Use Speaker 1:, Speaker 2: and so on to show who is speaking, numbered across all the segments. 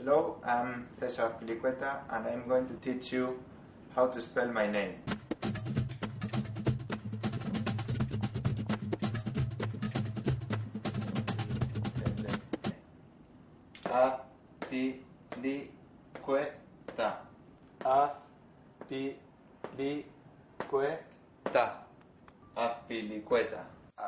Speaker 1: Hello, I'm Cesar Pilicueta and I'm going to teach you how to spell my name. Apilicueta. Apilicueta. Apilicueta.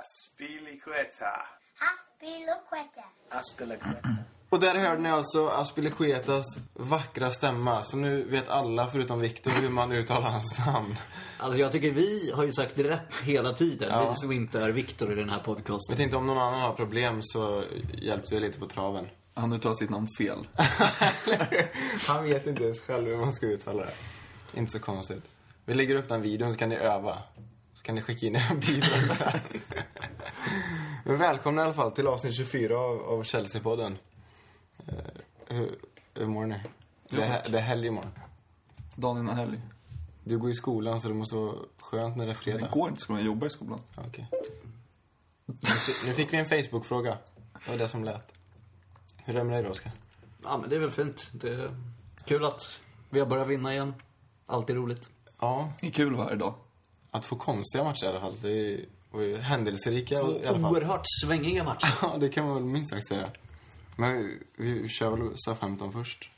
Speaker 2: Aspilicueta.
Speaker 3: Och där hörde ni alltså Aspilicuetas vackra stämma. Så nu vet alla förutom Victor hur man uttalar hans namn.
Speaker 2: Alltså jag tycker vi har ju sagt rätt hela tiden.
Speaker 3: Ja.
Speaker 2: Vi som inte är Victor i den här podcasten.
Speaker 3: Jag tänkte om någon annan har problem så hjälpte jag lite på traven.
Speaker 4: Han uttalar sitt namn fel.
Speaker 3: Han vet inte ens själv hur man ska uttala det. Inte så konstigt. Vi lägger upp den videon så kan ni öva. Så kan ni skicka in en bibeln sen. Men välkomna i alla fall till avsnitt 24 av Chelsea-podden. Hur mår ni? Det är helg imorgon.
Speaker 4: Dagen innan helg.
Speaker 3: Du går i skolan så det måste vara skönt när det är fredag.
Speaker 4: Det går inte, ska man jobba i skolan.
Speaker 3: Ja, okej. Nu fick vi en Facebook-fråga. Det var det som lät. Hur är det med dig då, Oskar?
Speaker 2: Ja, men det är väl fint. Det är kul att vi har börjat vinna igen. Alltid roligt.
Speaker 3: Ja,
Speaker 4: Det är kul varje dag.
Speaker 3: att få konstiga matcher i alla fall. Det var ju händelserika
Speaker 2: Två
Speaker 3: i alla fall.
Speaker 2: oerhört svängiga matcher.
Speaker 3: Ja, det kan man väl minst sagt säga. Men vi kör väl SA-15 först.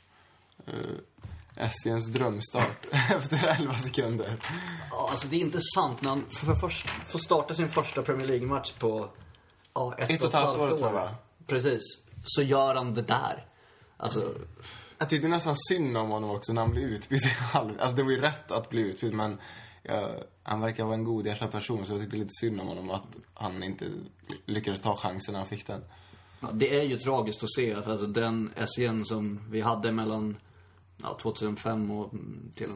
Speaker 3: Essiens drömstart efter 11 sekunder.
Speaker 2: Ja, alltså det är inte sant när han först får starta sin första Premier League-match på ett och ett halvt år.
Speaker 3: tror jag, va?
Speaker 2: Precis. Så gör han det där. Alltså,
Speaker 3: Jag tyckte nästan synd om honom också när han blev utbytt i halv. Alltså det var ju rätt att bli utbytt, men han verkar vara en godhjärtad person, så jag tyckte lite synd om honom att han inte lyckades ta chansen när han fick den.
Speaker 2: ja, det är ju tragiskt att se att alltså, den SCN som vi hade mellan 2005 och till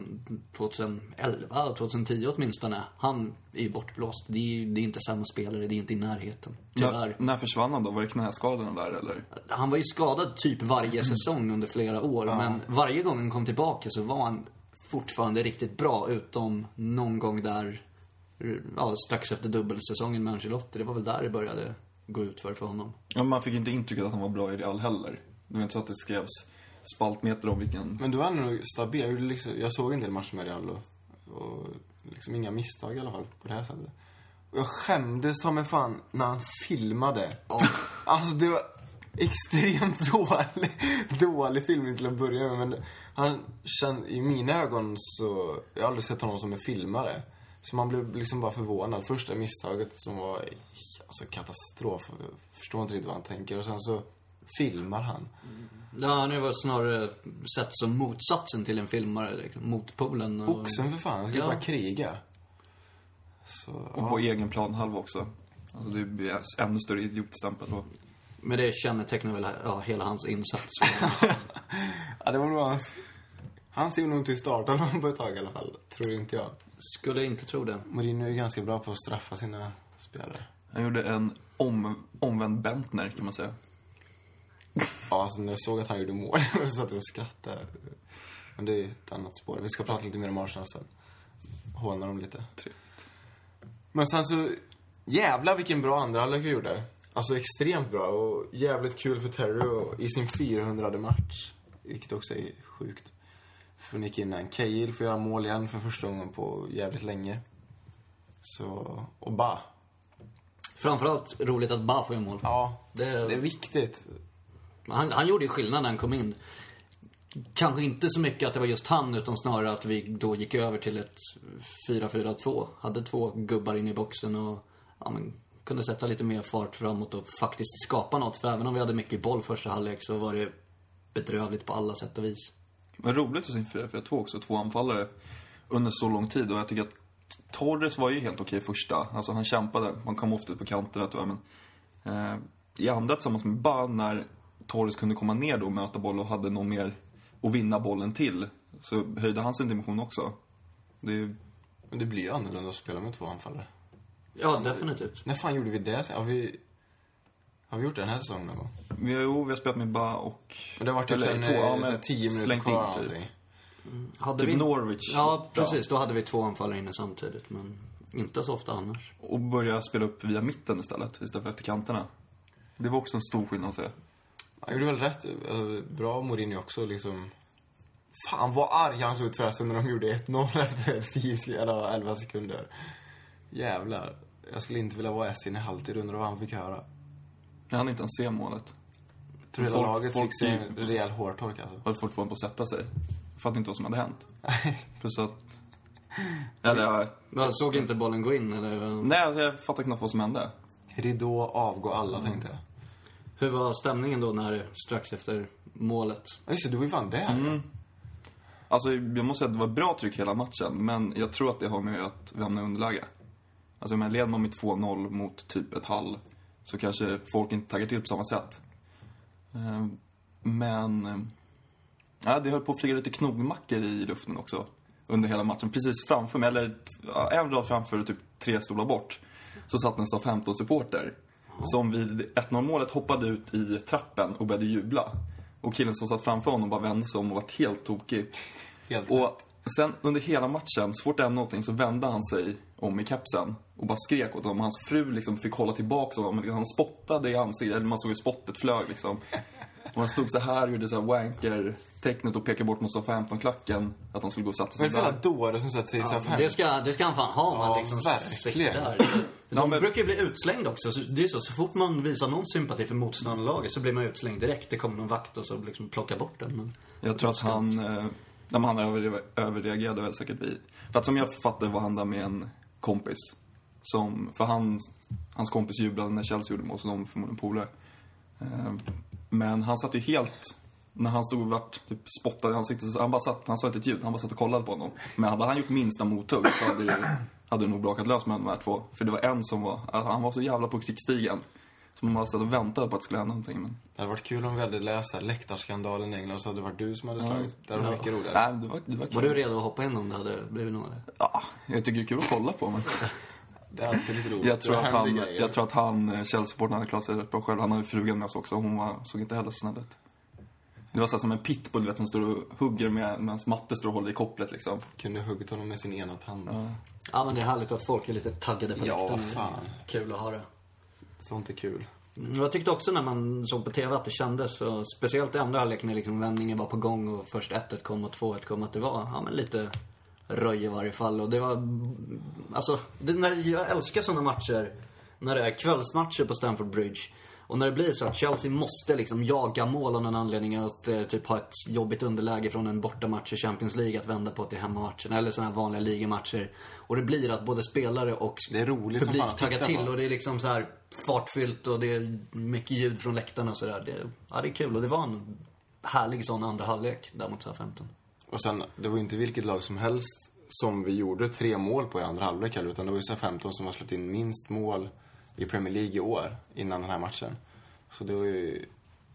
Speaker 2: 2011, 2010 åtminstone, han är ju bortblåst. Det är inte samma spelare, det är inte i närheten. Tyvärr.
Speaker 4: När försvann han då? Var det knäskadorna där eller?
Speaker 2: Han var ju skadad typ varje säsong under flera år. Men varje gång han kom tillbaka så var han fortfarande riktigt bra. Utom någon gång där, strax efter dubbelsäsongen med Ancelotti. Det var väl där det började gå ut för honom.
Speaker 4: Ja, man fick inte intrycket att han var bra i Real heller. Det var inte så att det skrevs spaltmeter om vilken...
Speaker 3: Men du var nog stabil. Jag såg en del matcher med Real och liksom inga misstag i alla fall på det här sättet. Och jag skämdes ta mig fan när han filmade. Alltså det var extremt dålig filmning till att börja med. Men han kände, i mina ögon så... Jag har aldrig sett honom som en filmare. Så man blev liksom bara förvånad. Första misstaget som var alltså katastrof. Jag förstår inte riktigt vad han tänker. Och sen så filmar han.
Speaker 2: Ja, nu var snarare sett som motsatsen till en filmare, liksom, motpolen.
Speaker 3: Oxen för fan, han skulle bara kriga. Så,
Speaker 4: Och på egen plan halv också. Alltså det blir ännu större idiotstämpel då.
Speaker 2: Men det kännetecknar väl hela hans insats.
Speaker 3: Ja, det var nog han ser nog till starten på ett tag i alla fall. Tror inte jag.
Speaker 2: Skulle inte tro det.
Speaker 3: Mourinho är ganska bra på att straffa sina spelare.
Speaker 4: Han gjorde en omvänd Bentner kan man säga.
Speaker 3: Ja, alltså när jag såg att han gjorde mål så att jag skrattade. Men det är ett annat spår. Vi ska prata lite mer om Arsenal sen. Hånar dem lite.
Speaker 4: Trevligt.
Speaker 3: Men sen så, jävla vilken bra andra halvlek vi gjorde. Alltså extremt bra och jävligt kul för Terry och i sin 400:e match. Vilket också är sjukt. För Nick innan. Cahill får göra mål igen för första gången på jävligt länge. Så, och Ba.
Speaker 2: Framförallt roligt att Ba får göra mål.
Speaker 3: Ja, det är viktigt.
Speaker 2: Han gjorde ju skillnad när han kom in. Kanske inte så mycket att det var just han, utan snarare att vi då gick över till ett 4-4-2. Hade 2 gubbar in i boxen och kunde sätta lite mer fart framåt och faktiskt skapa något. För även om vi hade mycket boll första halvlek så var det bedrövligt på alla sätt och vis.
Speaker 4: Men roligt att se 4-4-2 också, 2 anfallare under så lång tid. Och jag tycker att Torres var ju helt okej första. Alltså han kämpade, man kom ofta ut på kanterna tror jag. Men i andra tillsammans med Ba, när Torres kunde komma ner då och möta boll och hade någon mer att vinna bollen till, så höjde han sin dimension också.
Speaker 3: Men det blir ju annorlunda att spela med 2 anfallare.
Speaker 2: Ja, definitivt.
Speaker 3: När fan gjorde vi det? Har vi gjort det den här säsongen någon gång?
Speaker 4: Vi har spelat med Ba och...
Speaker 3: Men det var typ 10 minuter kvar typ.
Speaker 2: Hade
Speaker 4: typ
Speaker 2: vi...
Speaker 4: Norwich.
Speaker 2: Ja, precis. Då hade vi 2 anfallare inne samtidigt, men inte så ofta annars.
Speaker 4: Och börja spela upp via mitten istället för efter kanterna. Det var också en stor skillnad att säga.
Speaker 3: Han gjorde väl rätt. Bra Mourinho också liksom. Fan vad arg han såg ut förresten när de gjorde 1-0 efter 10 eller 11 sekunder. Jävlar. Jag skulle inte vilja vara Essin i halvtid, undrar vad han fick höra.
Speaker 4: Jag hann inte ens se målet.
Speaker 3: Tror hela laget fick se en rejäl hårtork alltså.
Speaker 4: Var folk var på att sätta sig. Jag fattar inte vad som hade hänt. Plus att... Eller...
Speaker 2: Jag såg inte bollen gå in eller?
Speaker 4: Nej, alltså, jag fattar knappt vad som hände.
Speaker 3: Ridå avgå alla, tänkte jag.
Speaker 2: Hur var stämningen då när strax efter målet?
Speaker 3: Ja, just det, du var ju fan där.
Speaker 4: Alltså, jag måste säga att det var bra tryck hela matchen. Men jag tror att det har med att vi hamnar i underläge. Alltså, om jag leder man med 2-0 mot typ ett Hall, så kanske folk inte taggar till på samma sätt. Men... Ja, det höll på att flyga lite knoggmackor i luften också. Under hela matchen. Precis framför mig, eller en rad framför och typ 3 stolar bort. Så satt en Southampton-supporter. Som vid 1-0-målet hoppade ut i trappen och började jubla. Och killen som satt framför honom bara vände sig om och var helt tokig. Och sen under hela matchen, så fort det hände någonting, så vände han sig om i kapsen och bara skrek åt dem. Hans fru liksom fick hålla tillbaka honom. Han spottade i ansiktet, eller man såg ju spottet flög liksom. Och han stod så här och gjorde så här wanker-tecknet och pekade bort mot Southampton-klacken att de skulle gå och sätta sig
Speaker 3: där. Men det dåre som sätter sig i
Speaker 2: Southampton. Det ska han fan ha, man liksom
Speaker 3: verkligen.
Speaker 2: Där. De brukar ju bli utslängda också. Det är så fort man visar någon sympati för motståndarlaget så blir man utslängd direkt. Det kommer någon vakt och så liksom plockar bort den. Men
Speaker 4: jag tror att han överreagerade väl säkert vid. För att som jag fattade var han där med en kompis. För hans kompis jublade när Chelsea gjorde mål, så de förmodligen polare. Men han satt ju helt, när han stod och vart typ spottad i ansiktet, han sa inte ett ljud, han bara satt och kollade på honom. Men hade han gjort minsta mothugg så hade det nog brakat lös med de här två. För det var en som han var så jävla på krigsstigen. Så man bara satt och väntade på att det skulle hända någonting. Men...
Speaker 3: Det hade varit kul om vi hade läst läktarskandalen i England, så hade det varit du som hade slagit. Det var mycket roligare.
Speaker 4: Nej, det var
Speaker 2: kul. Var du redo att hoppa in om det hade blivit något?
Speaker 4: Ja, jag tycker det är kul att kolla på, men...
Speaker 3: Det är alltid lite roligt.
Speaker 4: Jag tror att han Chelsea-supporten hade klarat sig rätt bra själv. Han hade frugan med oss också. Hon såg inte heller så snäll ut. Det var så som en pitbull som står och hugger medan matte står och håller i kopplet liksom.
Speaker 3: Kunde huggit honom med sin ena tand.
Speaker 2: Ja, men det är härligt att folk är lite taggade på läktaren.
Speaker 3: Ja, fan.
Speaker 2: Kul att ha det.
Speaker 3: Sånt är kul.
Speaker 2: Jag tyckte också när man såg på tv att det kändes, och speciellt i andra halvlek när liksom vändningen var på gång och först 1-1 kom och 2-1 kom, att det var men lite röj i varje fall. Och det var, alltså, jag älskar sådana matcher när det är kvällsmatcher på Stamford Bridge. Och när det blir så att Chelsea måste liksom jaga mål av någon anledning, att typ ha ett jobbigt underläge från en bortamatch i Champions League att vända på till hemmamatchen eller såna här vanliga ligamatcher. Och det blir att både spelare och
Speaker 3: det är roligt
Speaker 2: publik taggar till, och det är liksom så här fartfyllt och det är mycket ljud från läktarna och så där. Det är kul, och det var en härlig sån andra halvlek där mot Southampton.
Speaker 3: Och sen, det var ju inte vilket lag som helst som vi gjorde 3 mål på i andra halvlek heller, utan det var ju Southampton som har slått in minst mål i Premier League i år innan den här matchen. Så det var ju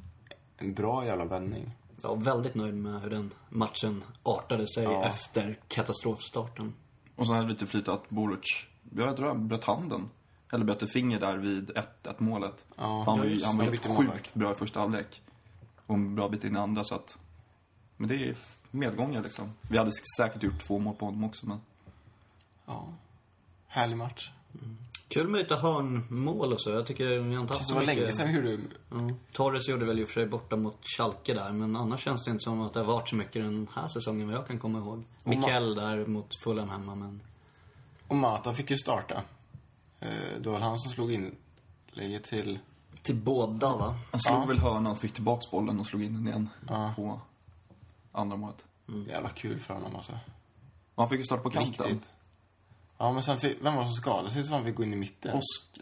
Speaker 3: en bra jävla vändning.
Speaker 2: Jag var väldigt nöjd med hur den matchen artade sig efter katastrofstarten.
Speaker 4: Och så hade det lite flyt att Boruc, jag tror han bröt handen. Eller bröt ett där vid 1-1 målet.
Speaker 3: Ja,
Speaker 4: han var ju helt sjukt bra i första halvlek. Och en bra bit in i andra, så att... Men det är medgångar liksom. Vi hade säkert gjort 2 mål på honom också, men...
Speaker 3: Ja, härlig match.
Speaker 2: Kul med lite hörnmål och så. Jag tycker vi har inte haft så mycket.
Speaker 3: Det var länge sedan vi gjorde...
Speaker 2: Torres gjorde väl ju för sig borta mot Schalke där. Men annars känns det inte som att det har varit så mycket den här säsongen vad jag kan komma ihåg. Mikel där mot Fulham hemma, men...
Speaker 3: Och Mata fick ju starta. Det var han som slog in läget till
Speaker 2: båda, va?
Speaker 4: Han slog väl hörnan, fick tillbaks bollen och slog in den igen på andra målet.
Speaker 3: Jävla kul för honom alltså.
Speaker 4: Och han fick ju starta på kanten.
Speaker 3: Riktigt. Ja, men sen vem var det som skadade sig så han fick gå in i mitten?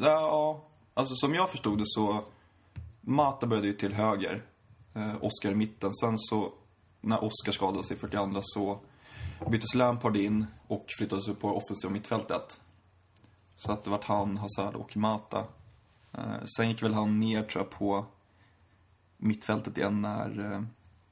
Speaker 4: Alltså som jag förstod det så Mata började ju till höger, Oscar i mitten. Sen så när Oscar skadade sig 42 så byttes Lampard in och flyttades upp på offensiva mittfältet. Så att det var han, Hazard och Mata. Sen gick väl han ner, tror jag, på mittfältet igen när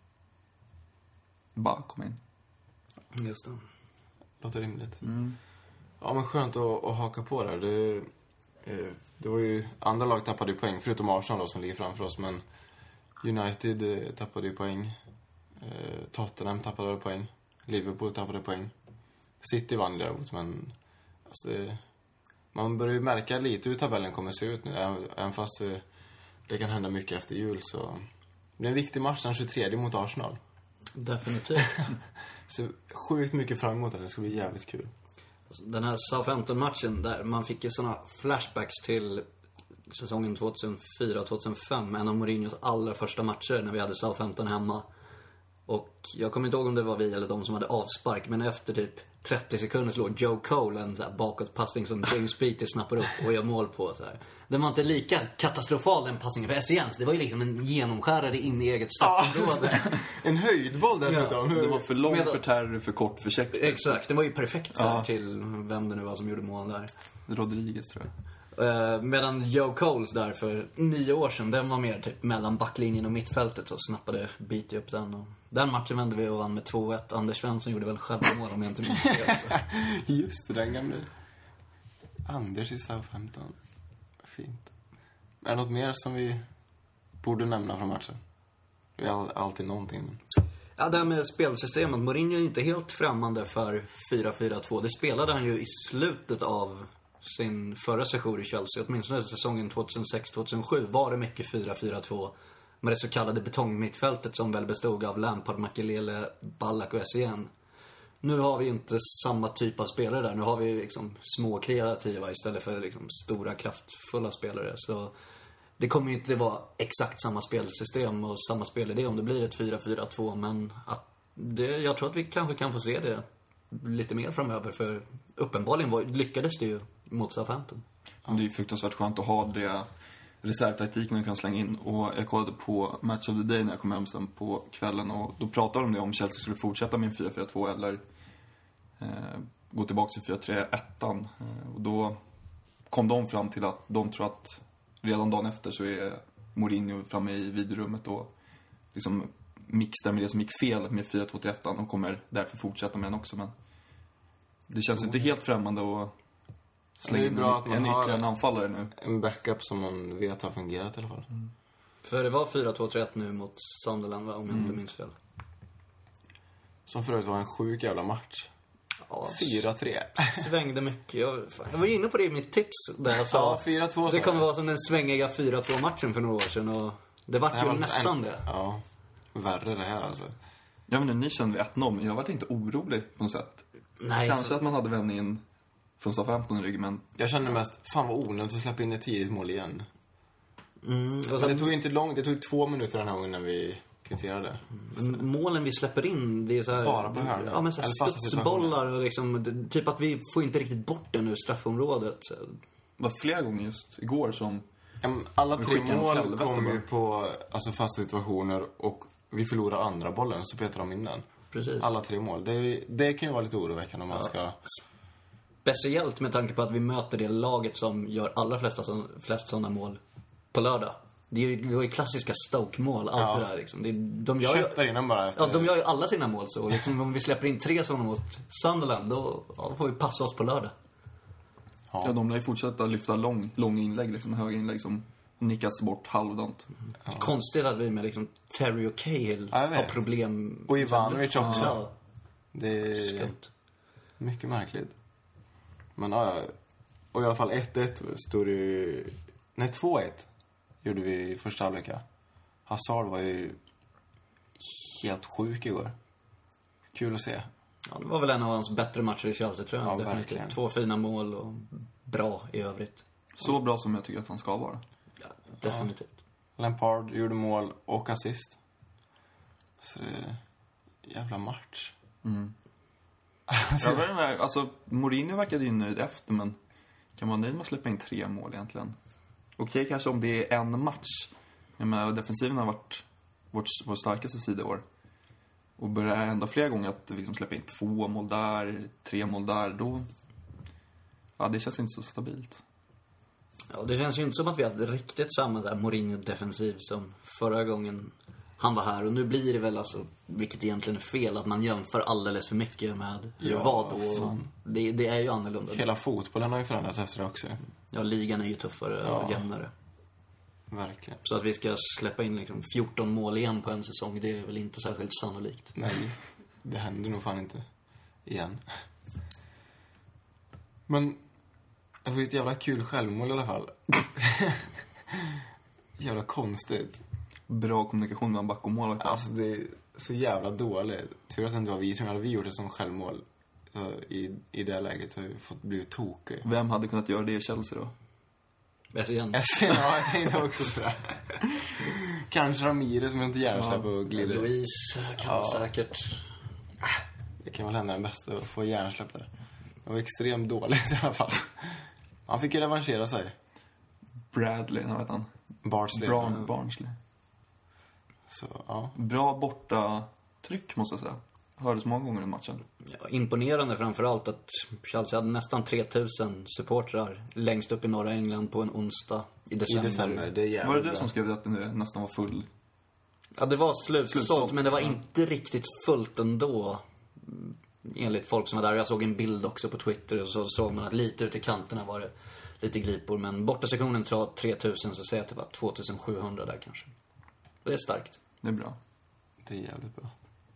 Speaker 4: Ba kom in.
Speaker 2: Just det.
Speaker 3: Låter rimligt. Ja, men skönt att haka på där. Det var ju... Andra lag tappade ju poäng, förutom Arsenal då, som ligger framför oss. Men United tappade ju poäng. Tottenham tappade poäng. Liverpool tappade poäng. City vann däremot, men... Alltså man börjar ju märka lite hur tabellen kommer se ut nu. Även fast det kan hända mycket efter jul, så Det blir en viktig match den 23 mot Arsenal.
Speaker 2: Definitivt.
Speaker 3: Så sjukt mycket fram emot att det ska bli jävligt kul.
Speaker 2: Den här Southampton-matchen där man fick ju såna flashbacks till säsongen 2004-2005, en av Mourinhos allra första matcher när vi hade Southampton hemma. Och jag kommer inte ihåg om det var vi eller de som hade avspark, men efter typ 30 sekunder slår Joe Cole en så här bakåtpassning som James Beattie snappar upp och gör mål på så här. Den var inte lika katastrofal den passningen för Essens. Det var ju liksom en genomskärare in i eget straffområde.
Speaker 3: En höjdboll dessutom.
Speaker 4: Det var för lång för Terry, för kort för check.
Speaker 2: Exakt, det var ju perfekt så här, till vem det nu var som gjorde mål där.
Speaker 4: Rodriguez tror jag.
Speaker 2: Medan Joe Coles där för 9 år sedan, den var mer typ mellan backlinjen och mittfältet, så snappade Beattie upp den. Och den matchen vände vi och vann med 2-1. Anders Svensson gjorde väl självmål om jag inte minns det.
Speaker 3: Just det, den gamla Anders i Southampton. Fint. Är det något mer som vi borde nämna från matchen? Det är alltid någonting.
Speaker 2: Ja, det här med spelsystemet. Mourinho är inte helt främmande för 4-4-2. Det spelade han ju i slutet av sin förra sejour i Chelsea. Åtminstone säsongen 2006-2007 var det mycket 4-4-2 med det så kallade betongmittfältet som väl bestod av Lampard, Makelele, Ballack och Essien. Nu har vi inte samma typ av spelare där. Nu har vi liksom små kreativa istället för liksom stora kraftfulla spelare. Så det kommer ju inte vara exakt samma spelsystem och samma spelidé om det blir ett 4-4-2. Men jag tror att vi kanske kan få se det lite mer framöver. För uppenbarligen lyckades det ju mot Southampton.
Speaker 4: Det är ju fruktansvärt skönt att ha det reservtaktiken man kan slänga in. Och jag kollade på Match of the Day när jag kom hem sen på kvällen. Och då pratade de om Chelsea skulle fortsätta med en 4-4-2 eller gå tillbaka till 4-3-1. Och då kom de fram till att de tror att redan dagen efter så är Mourinho framme i videorummet och liksom mixar med det som gick fel med 4-2-3-1 och kommer därför fortsätta med den också. Men det känns inte helt främmande att slänga in en ytterligare anfallare nu.
Speaker 3: En backup som man vet har fungerat i alla fall.
Speaker 2: För det var 4-2-3-1 nu mot Sunderland, om jag inte minns fel.
Speaker 3: Som förut var en sjuk jävla match.
Speaker 2: Ja,
Speaker 3: 4-3.
Speaker 2: Svängde mycket. Jag var ju inne på det i mitt tips där jag sa
Speaker 3: 4-2
Speaker 2: det kommer vara som den svängiga 4-2-matchen för några år sedan. Och det var ju nästan det.
Speaker 3: Ja, värre det här alltså.
Speaker 4: Ja, men ni kände vi 1-0, men jag var inte orolig på något sätt.
Speaker 2: Nej.
Speaker 4: Kanske att man hade vändningen från Southampton i ryggen, men
Speaker 3: jag kände mest, fan vad onödigt att släppa in ett tidigt mål igen.
Speaker 2: Och
Speaker 3: Men det tog inte långt, det tog 2 minuter den här gången när vi kvitterade.
Speaker 2: Målen vi släpper in, det är så här,
Speaker 3: bara på hörnor.
Speaker 2: Ja, men så här studsbollar och liksom, typ att vi får inte riktigt bort den ur straffområdet.
Speaker 4: det var flera gånger just igår som
Speaker 3: alla 3
Speaker 4: skickar
Speaker 3: mål
Speaker 4: helvete
Speaker 3: kommer ju
Speaker 4: bara.
Speaker 3: på alltså, fasta situationer och vi förlorar andra bollen så petar de in den.
Speaker 2: Precis.
Speaker 3: Alla 3 mål. Det kan ju vara lite oroväckande om man ska...
Speaker 2: Speciellt med tanke på att vi möter det laget som gör allra flest sådana mål på lördag. Det är ju klassiska Stoke-mål, allt det där liksom. De gör
Speaker 3: köttar in den bara efter...
Speaker 2: Ja, de gör ju alla sina mål så. Liksom, om vi släpper in 3 sådana mot Sunderland, då får vi passa oss på lördag.
Speaker 4: Ja, de lär ju fortsätta lyfta lång inlägg, liksom höga inlägg som nickas bort halvdant.
Speaker 2: Konstigt att vi med liksom Terry och Cahill har problem.
Speaker 3: Och Ivanovic också.
Speaker 2: Ja.
Speaker 3: Det är
Speaker 2: Skumt.
Speaker 3: mycket märkligt. Men ja, och i alla fall 1-1 stod det ju... Nej, 2-1 gjorde vi i första halvlek. Hazard var ju helt sjuk igår. Kul att se.
Speaker 2: Ja, det var väl en av hans bättre matcher i Chelsea, tror jag.
Speaker 3: Ja,
Speaker 2: definitivt.
Speaker 3: verkligen.
Speaker 2: 2 fina mål och bra i övrigt.
Speaker 4: Så bra som jag tycker att han ska vara.
Speaker 2: Ja, definitivt.
Speaker 3: Lampard gjorde mål och assist. Så det... Jävla match.
Speaker 4: Jag vet inte, alltså Mourinho verkade ju nöjd efter, men kan man nöjd med att släppa in 3 mål egentligen? Okej, kanske om det är en match. Jag menar, defensiven har varit vår starkaste sida i år. Och börjar ända flera gånger att vi liksom släpper in 2 mål där, 3 mål där, då... Ja, det känns inte så stabilt.
Speaker 2: Ja, det känns ju inte som att vi har riktigt samma där Mourinho-defensiv som förra gången han var här. Och nu blir det väl alltså, vilket egentligen är fel, att man jämför alldeles för mycket med vad och det är ju annorlunda.
Speaker 3: Hela fotbollen har ju förändrats efter det också.
Speaker 2: Ja, ligan är ju tuffare och jämnare.
Speaker 3: Verkligen.
Speaker 2: Så att vi ska släppa in liksom 14 mål igen på en säsong, det är väl inte särskilt sannolikt.
Speaker 3: Nej, det händer nog fan inte igen. Men det var ju ett jävla kul självmål i alla fall. Jävla konstigt.
Speaker 4: bra kommunikation mellan back och målvakt.
Speaker 3: Alltså det är så jävla dåligt. Tur att det inte var vi som hade vi gjort det som självmål. Så i det läget så har vi fått bli tokig.
Speaker 4: Vem hade kunnat göra det i Chelsea då?
Speaker 2: SCN.
Speaker 3: Ja, jag tänkte också så där. Kanske Ramirez som inte hjärnsläpp och glider.
Speaker 2: Louise kan säkert.
Speaker 3: Det kan väl hända den bästa att få hjärnsläpp där. Det var extremt dåligt i alla fall. Han fick ju revanschera sig.
Speaker 4: Bradley, vad vet han?
Speaker 3: Barnsley.
Speaker 4: Barnsley.
Speaker 3: Så, ja.
Speaker 4: Bra borta tryck måste jag säga. Hördes många gånger i matchen.
Speaker 2: Ja, imponerande framförallt att Chelsea hade nästan 3000 supportrar längst upp i norra England på en onsdag i december.
Speaker 3: Det är jävligt
Speaker 4: Var det du
Speaker 3: bra.
Speaker 4: som skrev att det nästan var full?
Speaker 2: Ja, det var slutsålt,
Speaker 4: Slutsålt,
Speaker 2: men det var
Speaker 4: ja.
Speaker 2: inte riktigt fullt ändå. Enligt folk som var där. Jag såg en bild också på Twitter och så såg man att lite ute i kanterna var det lite glipor. Men borta sektionen tror 3000, så säger jag att det var 2700 där kanske. Det är starkt.
Speaker 4: Det är bra.
Speaker 3: Det är jävligt bra.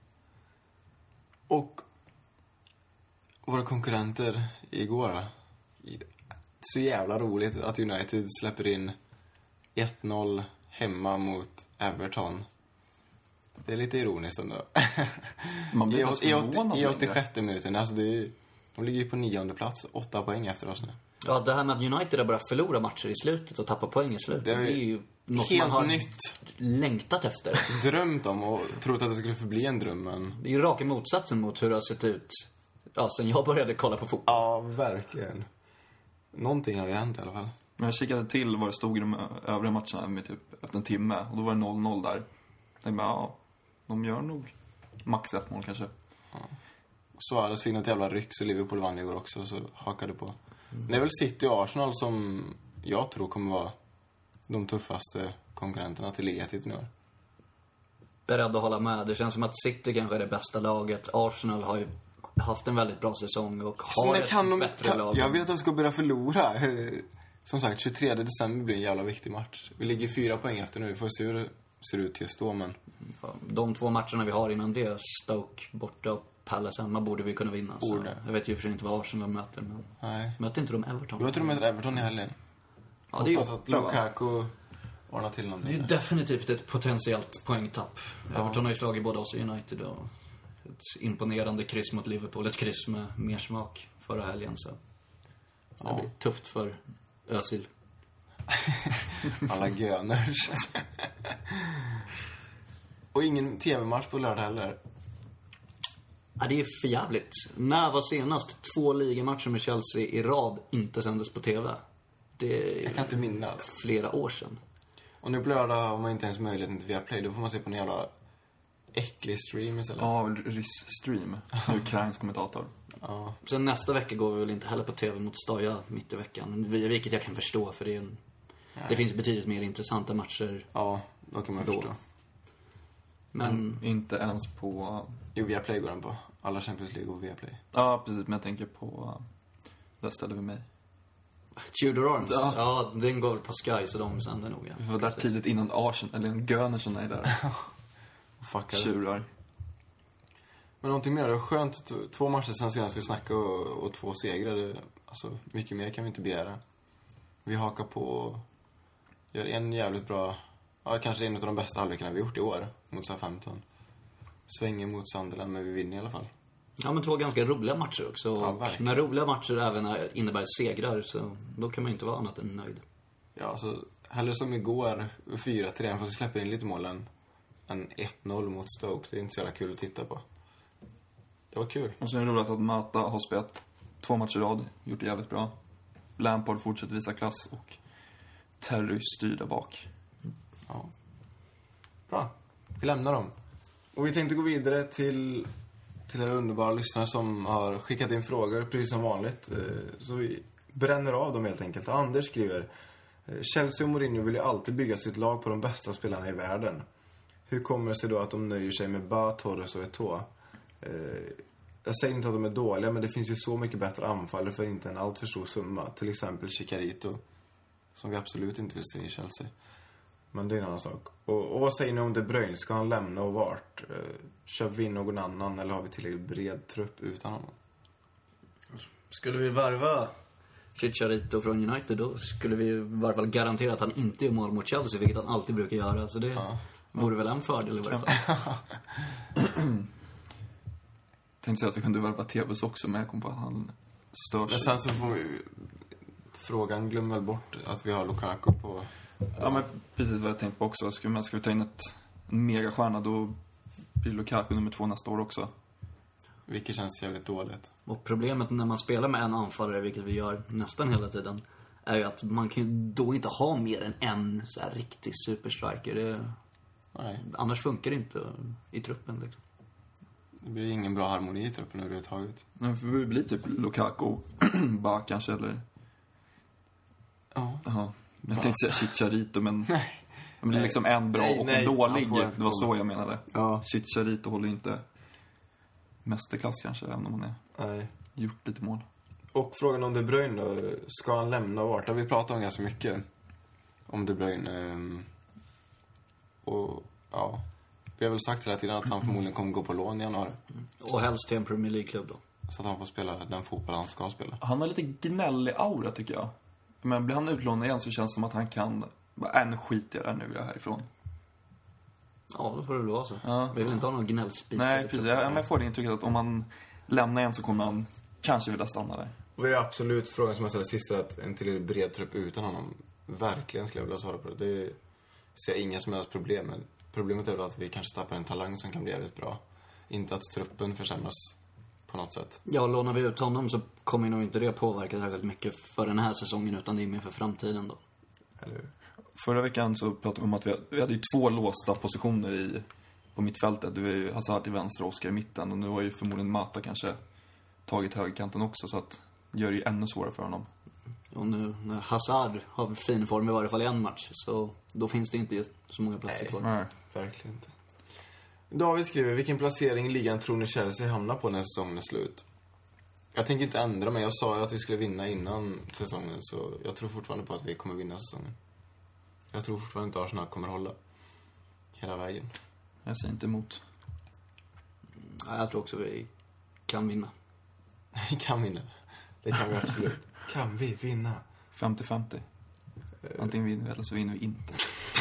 Speaker 3: Och våra konkurrenter igår, va? Så jävla roligt att United släpper in 1-0 hemma mot Everton. Det är lite ironiskt ändå.
Speaker 4: Man blir inte förvånad
Speaker 3: I
Speaker 4: längre.
Speaker 3: 86 minuten. Alltså de ligger ju på 9:e plats, 8 poäng efter oss nu.
Speaker 2: Ja, det här med att United har börjat förlora matcher i slutet och tappa poäng i slutet,
Speaker 3: Det är
Speaker 2: det är ju något
Speaker 3: helt
Speaker 2: man har
Speaker 3: nytt.
Speaker 2: längtat efter.
Speaker 3: Drömt om och trott att det skulle förbli en dröm, men...
Speaker 2: Det är ju raka motsatsen mot hur det har sett ut sen jag började kolla på fotboll.
Speaker 3: Ja, verkligen. Någonting har ju hänt i alla fall.
Speaker 4: Men jag kikade till vad det stod i de övriga matcherna med typ efter en timme. Och då var det 0-0 där. Jag tänkte, ja, de gör nog max 1 mål kanske.
Speaker 3: Suarez fick något jävla ryck, så Liverpool vann igår också, så hakade på. Det är väl City och Arsenal som jag tror kommer vara de tuffaste konkurrenterna till ligatiteln i år.
Speaker 2: Beredd att hålla med. Det känns som att City kanske är det bästa laget. Arsenal har ju haft en väldigt bra säsong och har ett bättre lag.
Speaker 3: Jag vill att de ska börja förlora. Som sagt, 23 december blir en jävla viktig match. Vi ligger 4 poäng efter nu. Vi får se hur det ser ut just då, men...
Speaker 2: De 2 matcherna vi har innan det, Stoke borta och Palace hemma, borde vi kunna vinna. Så jag vet ju för sig inte vad Arsenal möter, men
Speaker 3: Nej.
Speaker 2: möter inte de Everton?
Speaker 3: Jag tror de möter Everton i helgen.
Speaker 2: Ja, det är ju
Speaker 3: Hoppas att Lukaku ordnar till
Speaker 2: det är
Speaker 3: någonting.
Speaker 2: ju definitivt ett potentiellt poängtapp. Everton har ju slagit både oss och United och ett imponerande kryss mot Liverpool. Ett kryss med mer smak förra helgen, så det blir tufft för Özil.
Speaker 3: Alla Gunners. Och ingen tv-match på lördag heller.
Speaker 2: Ja, det är för jävligt. När var senast 2 ligamatcher med Chelsea i rad inte sändes på tv? Det är
Speaker 3: Jag kan inte minnas.
Speaker 2: flera år sedan.
Speaker 3: Och nu på lördag har man inte ens möjligheten till Viaplay. Då får man se på en jävla äcklig stream istället.
Speaker 4: Ja, ryss-stream. Ukrainsk kommentator.
Speaker 3: Ja.
Speaker 2: Sen nästa vecka går vi väl inte heller på tv mot Stoja mitt i veckan. Vilket jag kan förstå, för det finns betydligt mer intressanta matcher.
Speaker 3: Ja, då kan man
Speaker 2: Då.
Speaker 3: förstå.
Speaker 2: Men
Speaker 4: Inte ens på...
Speaker 3: Jo, Viaplay går den på. Alla Champions League och Viaplay.
Speaker 4: Ja, precis. Men jag tänker på... Där ställer vi mig.
Speaker 2: Tudor Arms,
Speaker 4: Ja.
Speaker 2: ja, den går väl på Sky, så de sänder nog. Ja.
Speaker 4: Vi var där tidigt innan Arsenal, eller Gunnarsen är där.
Speaker 3: Fuck.
Speaker 4: Tjurar.
Speaker 3: Men någonting mer, det var skönt. 2 matcher sen senast vi snackade och 2 segrar. Alltså, mycket mer kan vi inte begära. Vi hakar på och gör en jävligt bra... Ja, kanske en av de bästa halvlekarna vi gjort i år mot Southampton. Svänger mot Sunderland, men vi vinner i alla fall.
Speaker 2: Ja, men 2 ganska roliga matcher också.
Speaker 3: Ja,
Speaker 2: Och
Speaker 3: verkligen.
Speaker 2: när roliga matcher även innebär segrar, så då kan man inte vara annat än nöjd.
Speaker 3: Ja, alltså, hellre som igår 4-3, fast vi släpper in lite målen än 1-0 mot Stoke. Det är inte så jävla kul att titta på. Det var kul.
Speaker 4: Och så är det roligt att Mata har spelat 2 matcher i rad. Gjort det jävligt bra. Lampard fortsätter visa klass och Terry styr där bak.
Speaker 3: Ja. Bra. Vi lämnar dem. Och vi tänkte gå vidare till er underbara lyssnare som har skickat in frågor, precis som vanligt. Så vi bränner av dem helt enkelt. Anders skriver: Chelsea och Mourinho vill ju alltid bygga sitt lag på de bästa spelarna i världen. Hur kommer det sig då att de nöjer sig med Ba, Torres och Eto'o? Jag säger inte att de är dåliga, men det finns ju så mycket bättre anfallare för inte en allt för stor summa. Till exempel Chicharito, som vi absolut inte vill se i Chelsea. Men det är en annan sak. Och vad säger ni om De Bruyne? Ska han lämna och vart? Köper vi in någon annan, eller har vi tillräckligt bred trupp utan honom?
Speaker 2: Skulle vi varva Chicharito från United, då skulle vi i varje fall garantera att han inte gör mål mot Chelsea, vilket han alltid brukar göra. Så det, Vore väl en fördel i varje fall.
Speaker 4: Tänkte säga att vi kunde värva Tebus också, men jag kom på att han stör sig.
Speaker 3: Men sen så får vi... Frågan glömmer väl bort att vi har Lukaku på...
Speaker 4: Ja, men precis vad jag tänkte på också. Ska vi ta in en megastjärna, då blir Lukaku nummer 2 nästa år också.
Speaker 3: Vilket känns jävligt dåligt.
Speaker 2: Och problemet när man spelar med en anfallare, vilket vi gör nästan hela tiden, är ju att man kan ju då inte ha mer än en så här riktig superstriker.
Speaker 3: Nej.
Speaker 2: Annars funkar det inte i truppen liksom.
Speaker 3: Det blir ingen bra harmoni i truppen överhuvudtaget.
Speaker 4: Men det blir typ Lukaku bara kanske, eller...
Speaker 3: Ja.
Speaker 4: Jaha. Jag tänkte säga Chicharito, men...
Speaker 3: Nej.
Speaker 4: Men det är liksom en bra och en dålig.
Speaker 3: Han
Speaker 4: Det var så jag menade.
Speaker 3: Ja.
Speaker 4: Chicharito håller inte mästerklass kanske, även om han
Speaker 3: Nej.
Speaker 4: gjort lite mål.
Speaker 3: Och frågan om De Bruyne då, ska han lämna vart? Vi pratar om ganska mycket om De Bruyne. Och ja, vi har väl sagt hela tiden att han förmodligen kommer gå på lån i januari.
Speaker 2: Och helst till en Premier League-klubb då.
Speaker 3: Så att han får spela den fotboll han ska spela.
Speaker 4: Han har lite gnällig aura, tycker jag. Men blir han utlånad igen så känns det som att han kan... Nu skiter jag där, nu är jag härifrån.
Speaker 2: Ja, då får det väl vara så.
Speaker 4: Ja.
Speaker 2: Vi vill inte ha någon gnällspik.
Speaker 4: Nej, precis. Jag får det intrycket att om man lämnar igen så kommer han kanske vilja stanna där.
Speaker 3: Och det är absolut frågan som jag ställde sist, att en till bred trupp utan honom. Verkligen skulle jag vilja svara på det. Det ser jag inga som helst problem med. Problemet är väl att vi kanske tappar en talang som kan bli jävligt bra. Inte att truppen försämras på något sätt.
Speaker 2: Ja, lånar vi ut honom så kommer nog inte det påverka särskilt mycket för den här säsongen, utan det är mer för framtiden då.
Speaker 3: Eller hur?
Speaker 4: Förra veckan så pratade vi om att vi hade ju 2 låsta positioner på mittfältet. Det var ju Hazard i vänster och Oscar i mitten. Och nu har ju förmodligen Mata kanske tagit högerkanten också, så att det gör det ju ännu svårare för honom.
Speaker 2: Och nu när Hazard har fin form i varje fall i en match, så då finns det inte just så många platser kvar.
Speaker 4: Nej.
Speaker 3: Verkligen inte. David skriver, vilken placering i ligan tror ni Chelsea hamnar på när säsongen är slut? Jag tänker inte ändra mig. Jag sa ju att vi skulle vinna innan säsongen, så jag tror fortfarande på att vi kommer vinna säsongen. Jag tror fortfarande inte Arsenal kommer hålla hela vägen.
Speaker 4: Jag säger inte emot.
Speaker 2: Ja, jag tror också vi kan vinna.
Speaker 3: Vi kan vinna. Det kan vi absolut. Kan vi vinna?
Speaker 4: 50-50. Antingen vinner vi eller så vinner vi inte.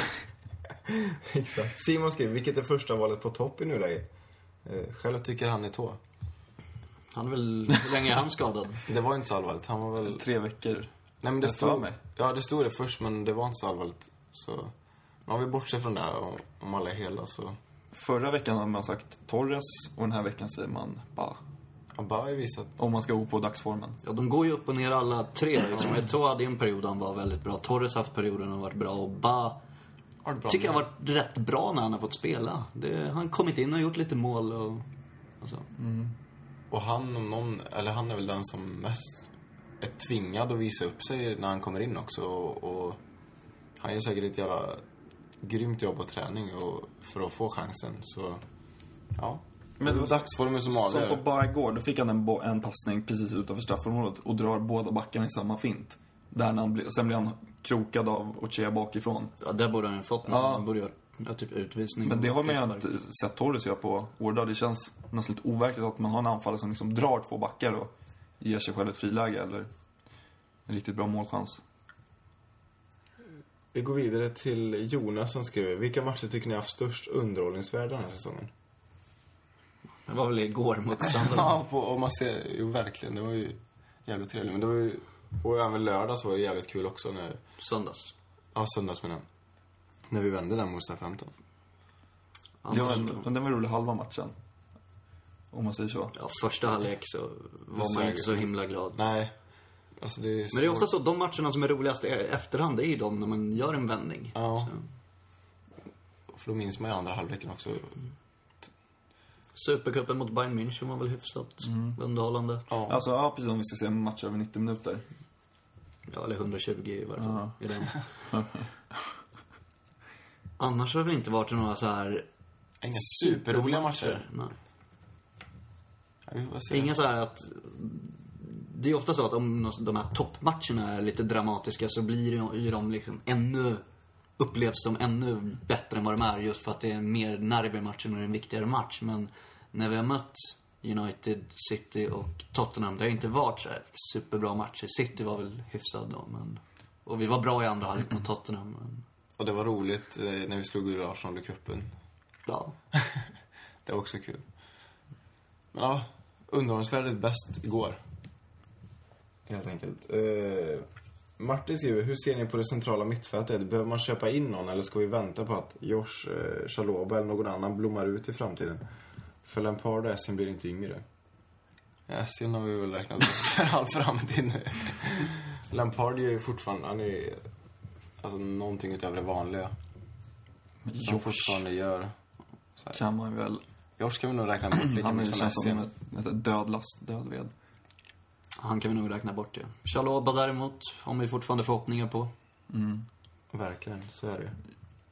Speaker 3: Exakt. Simon skriver, vilket är första valet på topp i nuläget? Själv tycker han är 2.
Speaker 2: Han är väl, hur länge är han skadad?
Speaker 3: Det var inte så allvarligt. Han var väl...
Speaker 4: 3 veckor.
Speaker 3: Nej, men det
Speaker 4: Jag för
Speaker 3: stod...
Speaker 4: mig.
Speaker 3: Ja, det stod det först, men det var inte så allvarligt. Så... Men om vi bortser från det här, om alla är hela, så...
Speaker 4: Förra veckan hade man sagt Torres och den här veckan säger man Ba.
Speaker 3: Han bara har visat...
Speaker 4: Om man ska gå på dagsformen.
Speaker 2: Ja, de går ju upp och ner alla 3 liksom. Eto'o hade en period han var väldigt bra. Torres haft perioden han varit bra. Och Ba tycker jag har varit rätt bra när han har fått spela. Han kommit in och gjort lite mål och... Alltså.
Speaker 3: Och han om någon, eller han är väl den som mest är tvingad att visa upp sig när han kommer in också. Och han gör säkert ett jävla grymt jobb på träning och för att få chansen. Så, ja. Men det var dagsformen som avgör.
Speaker 4: Som på Ba igår, då fick han en passning precis utanför straffområdet och drar båda backarna i samma fint. Där sen blir han krokad av Ochea bakifrån.
Speaker 2: Ja, där borde han ju fått någon. Han borde ju ha typ utvisning.
Speaker 4: Men det har man ju inte sett Torres göra på Årdag. Det känns nästan lite overkligt att man har en anfallare som liksom drar 2 backar och ger sig själv ett friläge eller en riktigt bra målchans.
Speaker 3: Vi går vidare till Jonas som skriver, vilka matcher tycker ni har haft störst underhållningsvärde den här säsongen?
Speaker 2: Det var väl igår mot Sunderland.
Speaker 3: Ja, och man ser ju verkligen, det var ju jävligt trevligt. Men det var ju, och även lördags var det jävligt kul också när...
Speaker 2: Söndags.
Speaker 3: Ja, söndags menar jag. När vi vände den mot SA-15.
Speaker 4: Den var rolig halva matchen. Om man säger så.
Speaker 2: Ja, första halvlek så var man inte så himla glad.
Speaker 3: Nej. Alltså det är
Speaker 2: men det är ofta så, de matcherna som är roligast i efterhand, det är ju de när man gör en vändning.
Speaker 3: Ja.
Speaker 2: Så.
Speaker 3: För då minns man ju andra halvleken också.
Speaker 2: Supercupen mot Bayern München var väl hyfsat underhållande.
Speaker 3: Ja.
Speaker 4: Alltså, ja, precis, om vi ska se en match över 90 minuter.
Speaker 2: Ja, eller 120 i varje fall. I den. Annars har det inte varit några så här...
Speaker 3: Inga superroliga matcher.
Speaker 2: Nej.
Speaker 3: Ja, vi får se.
Speaker 2: Inga så här att... Det är ofta så att om de här toppmatcherna är lite dramatiska så blir ju de liksom upplevs som ännu bättre än vad de är, just för att det är mer nerv i matchen och det är en viktigare match. Men när vi har mött United, City och Tottenham, det har inte varit så här superbra matcher. City var väl hyfsad då, men... Och vi var bra i andra halvlek mot Tottenham. Men...
Speaker 3: Och det var roligt när vi slog ur Arsenal i cupen.
Speaker 2: Ja.
Speaker 3: Det var också kul. Men ja, underhållningsvärdet bäst igår. Helt enkelt. Martin skriver, hur ser ni på det centrala mittfältet? Behöver man köpa in någon eller ska vi vänta på att Josh Chalobah eller någon annan blommar ut i framtiden? För Lampard och Essien blir inte yngre. Essien har vi väl räknat för all framtid nu. Lampard är ju fortfarande, han är alltså någonting utöver det vanliga. Som fortfarande gör.
Speaker 4: Kan man väl...
Speaker 3: Josh kan vi nog räkna bort lika mycket som Essien.
Speaker 4: Ett död ved.
Speaker 2: Han kan vi nog räkna bort det. Chalobah däremot, har vi fortfarande förhoppningar på.
Speaker 3: Verkligen, så är det.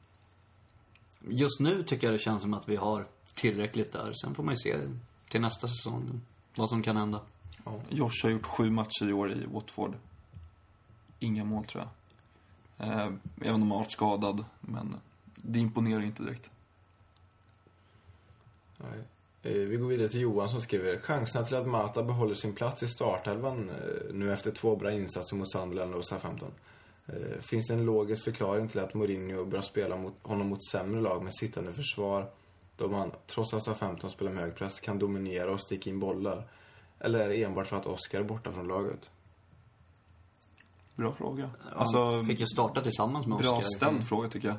Speaker 2: Just nu tycker jag det känns som att vi har tillräckligt där. Sen får man ju se till nästa säsong vad som kan hända.
Speaker 3: Ja.
Speaker 4: Josh har gjort 7 matcher i år i Watford. Inga mål, tror jag. Även om han har varit skadad. Men det imponerar inte direkt.
Speaker 3: Nej. Vi går vidare till Johan som skriver, chanserna till att Mata behåller sin plats i startelvan nu efter 2 bra insatser mot Sunderland och Southampton. Finns det en logisk förklaring till att Mourinho börjar spela honom mot sämre lag med sittande försvar, då man, trots att Southampton spelar med hög press, kan dominera och sticka in bollar? Eller är det enbart för att Oscar är borta från laget?
Speaker 4: Bra fråga.
Speaker 2: Ja,
Speaker 4: Alltså,
Speaker 2: fick ju starta tillsammans med Oscar.
Speaker 4: bra ställd fråga, tycker jag.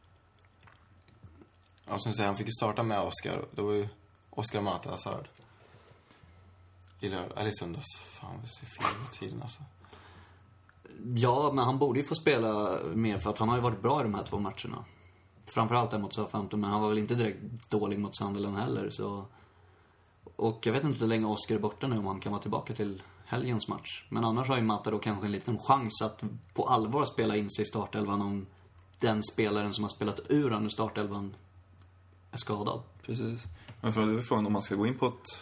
Speaker 3: Ja, som du säger, han fick ju starta med Oscar. Det var ju Oscar Mata Hazard. Eller i söndags. Fan, vi ser fel i tiden alltså.
Speaker 2: Ja, men han borde ju få spela mer för att han har ju varit bra i de här 2 matcherna. Framförallt där mot Southampton, men han var väl inte direkt dålig mot Sunderland heller, så... Och jag vet inte hur länge Oscar är borta nu, om han kan vara tillbaka till helgens match. Men annars har ju Mata då kanske en liten chans att på allvar spela in sig i startelvan om den spelaren som har spelat ur han ur startelvan är skadad.
Speaker 4: Precis. Men för frågan om man ska gå in på ett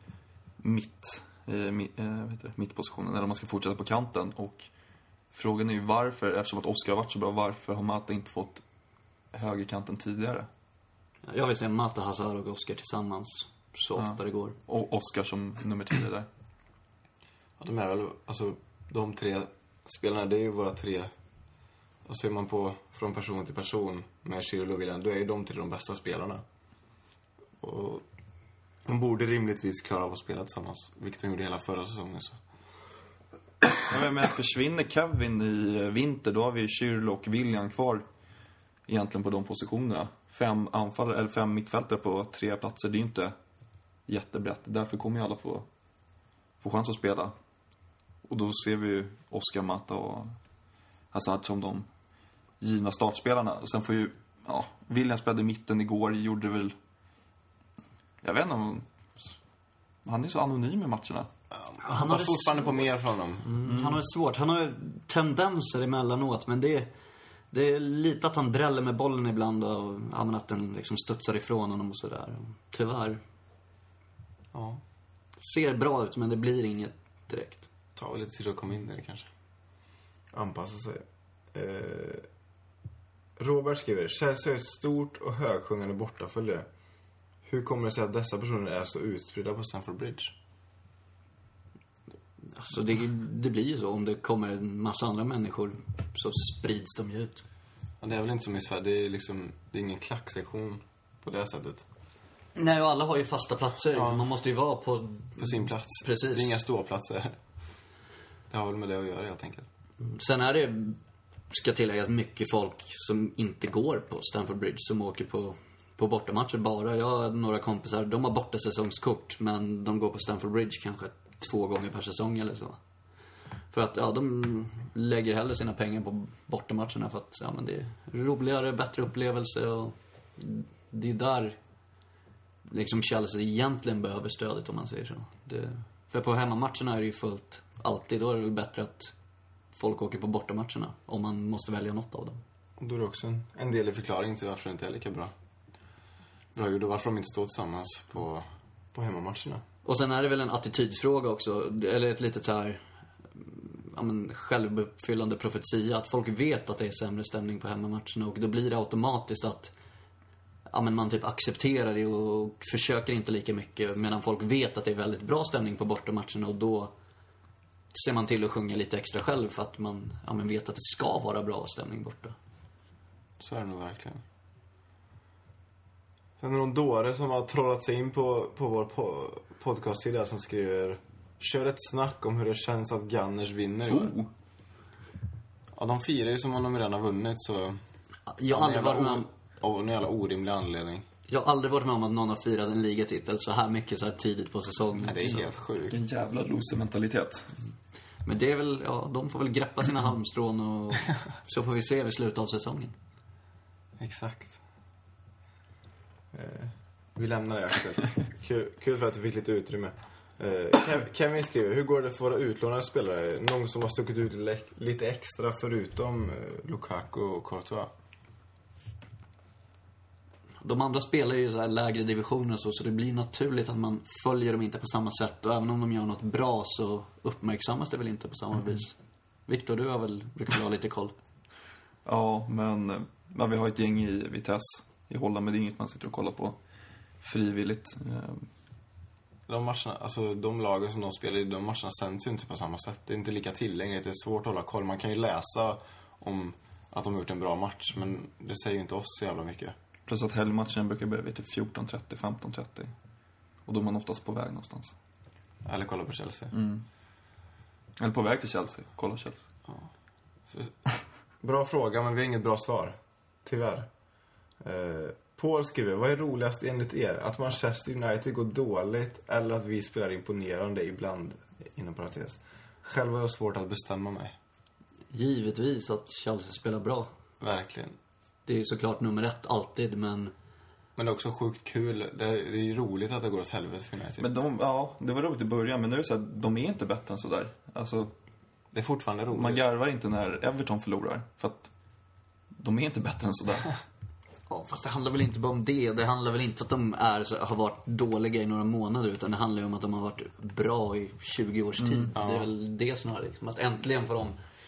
Speaker 4: mittpositionen eller om man ska fortsätta på kanten. Och frågan är ju varför, eftersom att Oscar har varit så bra, varför har Mata inte fått högerkanten tidigare?
Speaker 2: Jag vill säga Mata, Hazard och Oscar tillsammans så ofta det går.
Speaker 4: Och Oscar som nummer 10 där.
Speaker 3: Ja, de är väl, alltså de 3 spelarna, det är ju våra 3. Och ser man på från person till person med Chirilo och Willian, då är ju de 3 de bästa spelarna. Och de borde rimligtvis klara av att spela tillsammans, vilket de gjorde hela förra säsongen. Så.
Speaker 4: Ja, men försvinner Kevin i vinter, då har vi Chirilo och Willian kvar egentligen på de positionerna. 5 anfallare eller 5 mittfältare på 3 platser, det är ju inte jättebrett. Därför kommer ju alla få chans att spela. Och då ser vi ju Oscar, Mata och Hazard som de givna startspelarna. Och sen får ju, William spelade i mitten igår, gjorde väl, jag vet inte om, han är så anonym i matcherna.
Speaker 3: Han har fortfarande på mer från dem.
Speaker 2: Han har det svårt. Han har tendenser emellanåt, men det är lite att han dräller med bollen ibland och att den liksom studsar ifrån honom och sådär. Tyvärr.
Speaker 3: Ja.
Speaker 2: Ser bra ut, men det blir inget direkt.
Speaker 3: Ta lite tid att komma in där kanske. Anpassa sig. Robert skriver, Chelsea är ett stort och högsjungande bortafölje. Hur kommer det sig att dessa personer är så utspridda på Stamford Bridge?
Speaker 2: Alltså det blir ju så. Om det kommer en massa andra människor så sprids de ju ut.
Speaker 3: Ja, det är väl inte som i Sverige. Det är liksom, det är ingen klacksektion på det sättet.
Speaker 2: Nej, och alla har ju fasta platser.
Speaker 3: Ja.
Speaker 2: Man måste ju vara på
Speaker 3: sin plats.
Speaker 2: Precis.
Speaker 3: Det är inga ståplatser. Det har väl med det att göra helt enkelt.
Speaker 2: Sen är det, ska tilläggas, mycket folk som inte går på Stamford Bridge, som åker på bortamatcher bara. Jag har några kompisar, de har borta säsongskort, men de går på Stamford Bridge kanske 2 gånger per säsong eller så. För att de lägger hellre sina pengar på bortamatcherna för att men det är roligare, bättre upplevelse, och det är där liksom Chelsea egentligen behöver stödet, om man säger så. För på hemmamatcherna är det ju fullt alltid. Då är det väl bättre att folk åker på bortamatcherna om man måste välja något av dem.
Speaker 3: Och då är det också en del i förklaring till varför det inte är lika bra. Bra gjort, och varför de inte står tillsammans på hemmamatcherna.
Speaker 2: Och sen är det väl en attitydsfråga också, eller ett litet så här självuppfyllande profetia, att folk vet att det är sämre stämning på hemmamatcherna, och då blir det automatiskt att man typ accepterar det och försöker inte lika mycket, medan folk vet att det är väldigt bra stämning på bortamatcherna, och då ser man till att sjunga lite extra själv för att man vet att det ska vara bra stämning borta.
Speaker 3: Så är det nog verkligen. Sen är det någon dåre som har trollat sig in på vår podcast-sida som skriver: kör ett snack om hur det känns att Gunners vinner i år. Ja, de firar ju som om de redan har vunnit, så...
Speaker 2: Jag har aldrig varit med om...
Speaker 3: Av en jävla orimlig anledning.
Speaker 2: Jag har aldrig varit med om att någon har firat en ligatitel så här mycket så här tidigt på säsongen.
Speaker 3: Nej, det är helt sjukt.
Speaker 4: En jävla loser-mentalitet.
Speaker 2: Men det är väl, ja, de får väl greppa sina halmstrån och så får vi se vid slutet av säsongen.
Speaker 3: Exakt. Vi lämnar det, Axel. Kul för att du fick lite utrymme. Kevin skriver: hur går det för våra utlånade spelare? Någon som har stuckit ut lite extra förutom Lukaku och Courtois?
Speaker 2: De andra spelar ju så här lägre divisioner så det blir naturligt att man följer dem inte på samma sätt. Och även om de gör något bra så uppmärksammas det väl inte på samma vis. Viktor, du har väl brukat ha lite koll?
Speaker 4: Ja, men vi har ett gäng i Vitesse i Holland, men det är inget man sitter och kollar på frivilligt.
Speaker 3: De matcherna, alltså de lagen som de spelar i, de matcherna sänds ju inte på samma sätt. Det är inte lika tillgängligt, det är svårt att hålla koll. Man kan ju läsa om att de har gjort en bra match, men det säger ju inte oss så jävla mycket.
Speaker 4: Plus att helgmatchen brukar börja vid typ 14:30, 15:30. Och då är man oftast på väg någonstans.
Speaker 3: Eller kolla på Chelsea.
Speaker 4: Eller på väg till Chelsea. Kolla Chelsea.
Speaker 3: Ja. Bra fråga, men vi har inget bra svar. Tyvärr. Paul skriver: vad är roligast enligt er? Att Manchester United går dåligt eller att vi spelar imponerande ibland, inom parentes. Själv har jag svårt att bestämma mig.
Speaker 2: Givetvis att Chelsea spelar bra.
Speaker 3: Verkligen.
Speaker 2: Det är ju såklart nummer 1 alltid, men...
Speaker 3: Men det är också sjukt kul. Det är ju roligt att det går åt helvete för United.
Speaker 4: Men det var roligt i början, men nu är det så här, de är inte bättre än sådär. Alltså,
Speaker 3: det är fortfarande roligt.
Speaker 4: Man garvar inte när Everton förlorar, för att de är inte bättre än sådär.
Speaker 2: Ja, fast det handlar väl inte bara om det. Det handlar väl inte att de har varit dåliga i några månader, utan det handlar ju om att de har varit bra i 20 års tid.
Speaker 3: Ja.
Speaker 2: Det är väl det snarare. Liksom. Att äntligen får de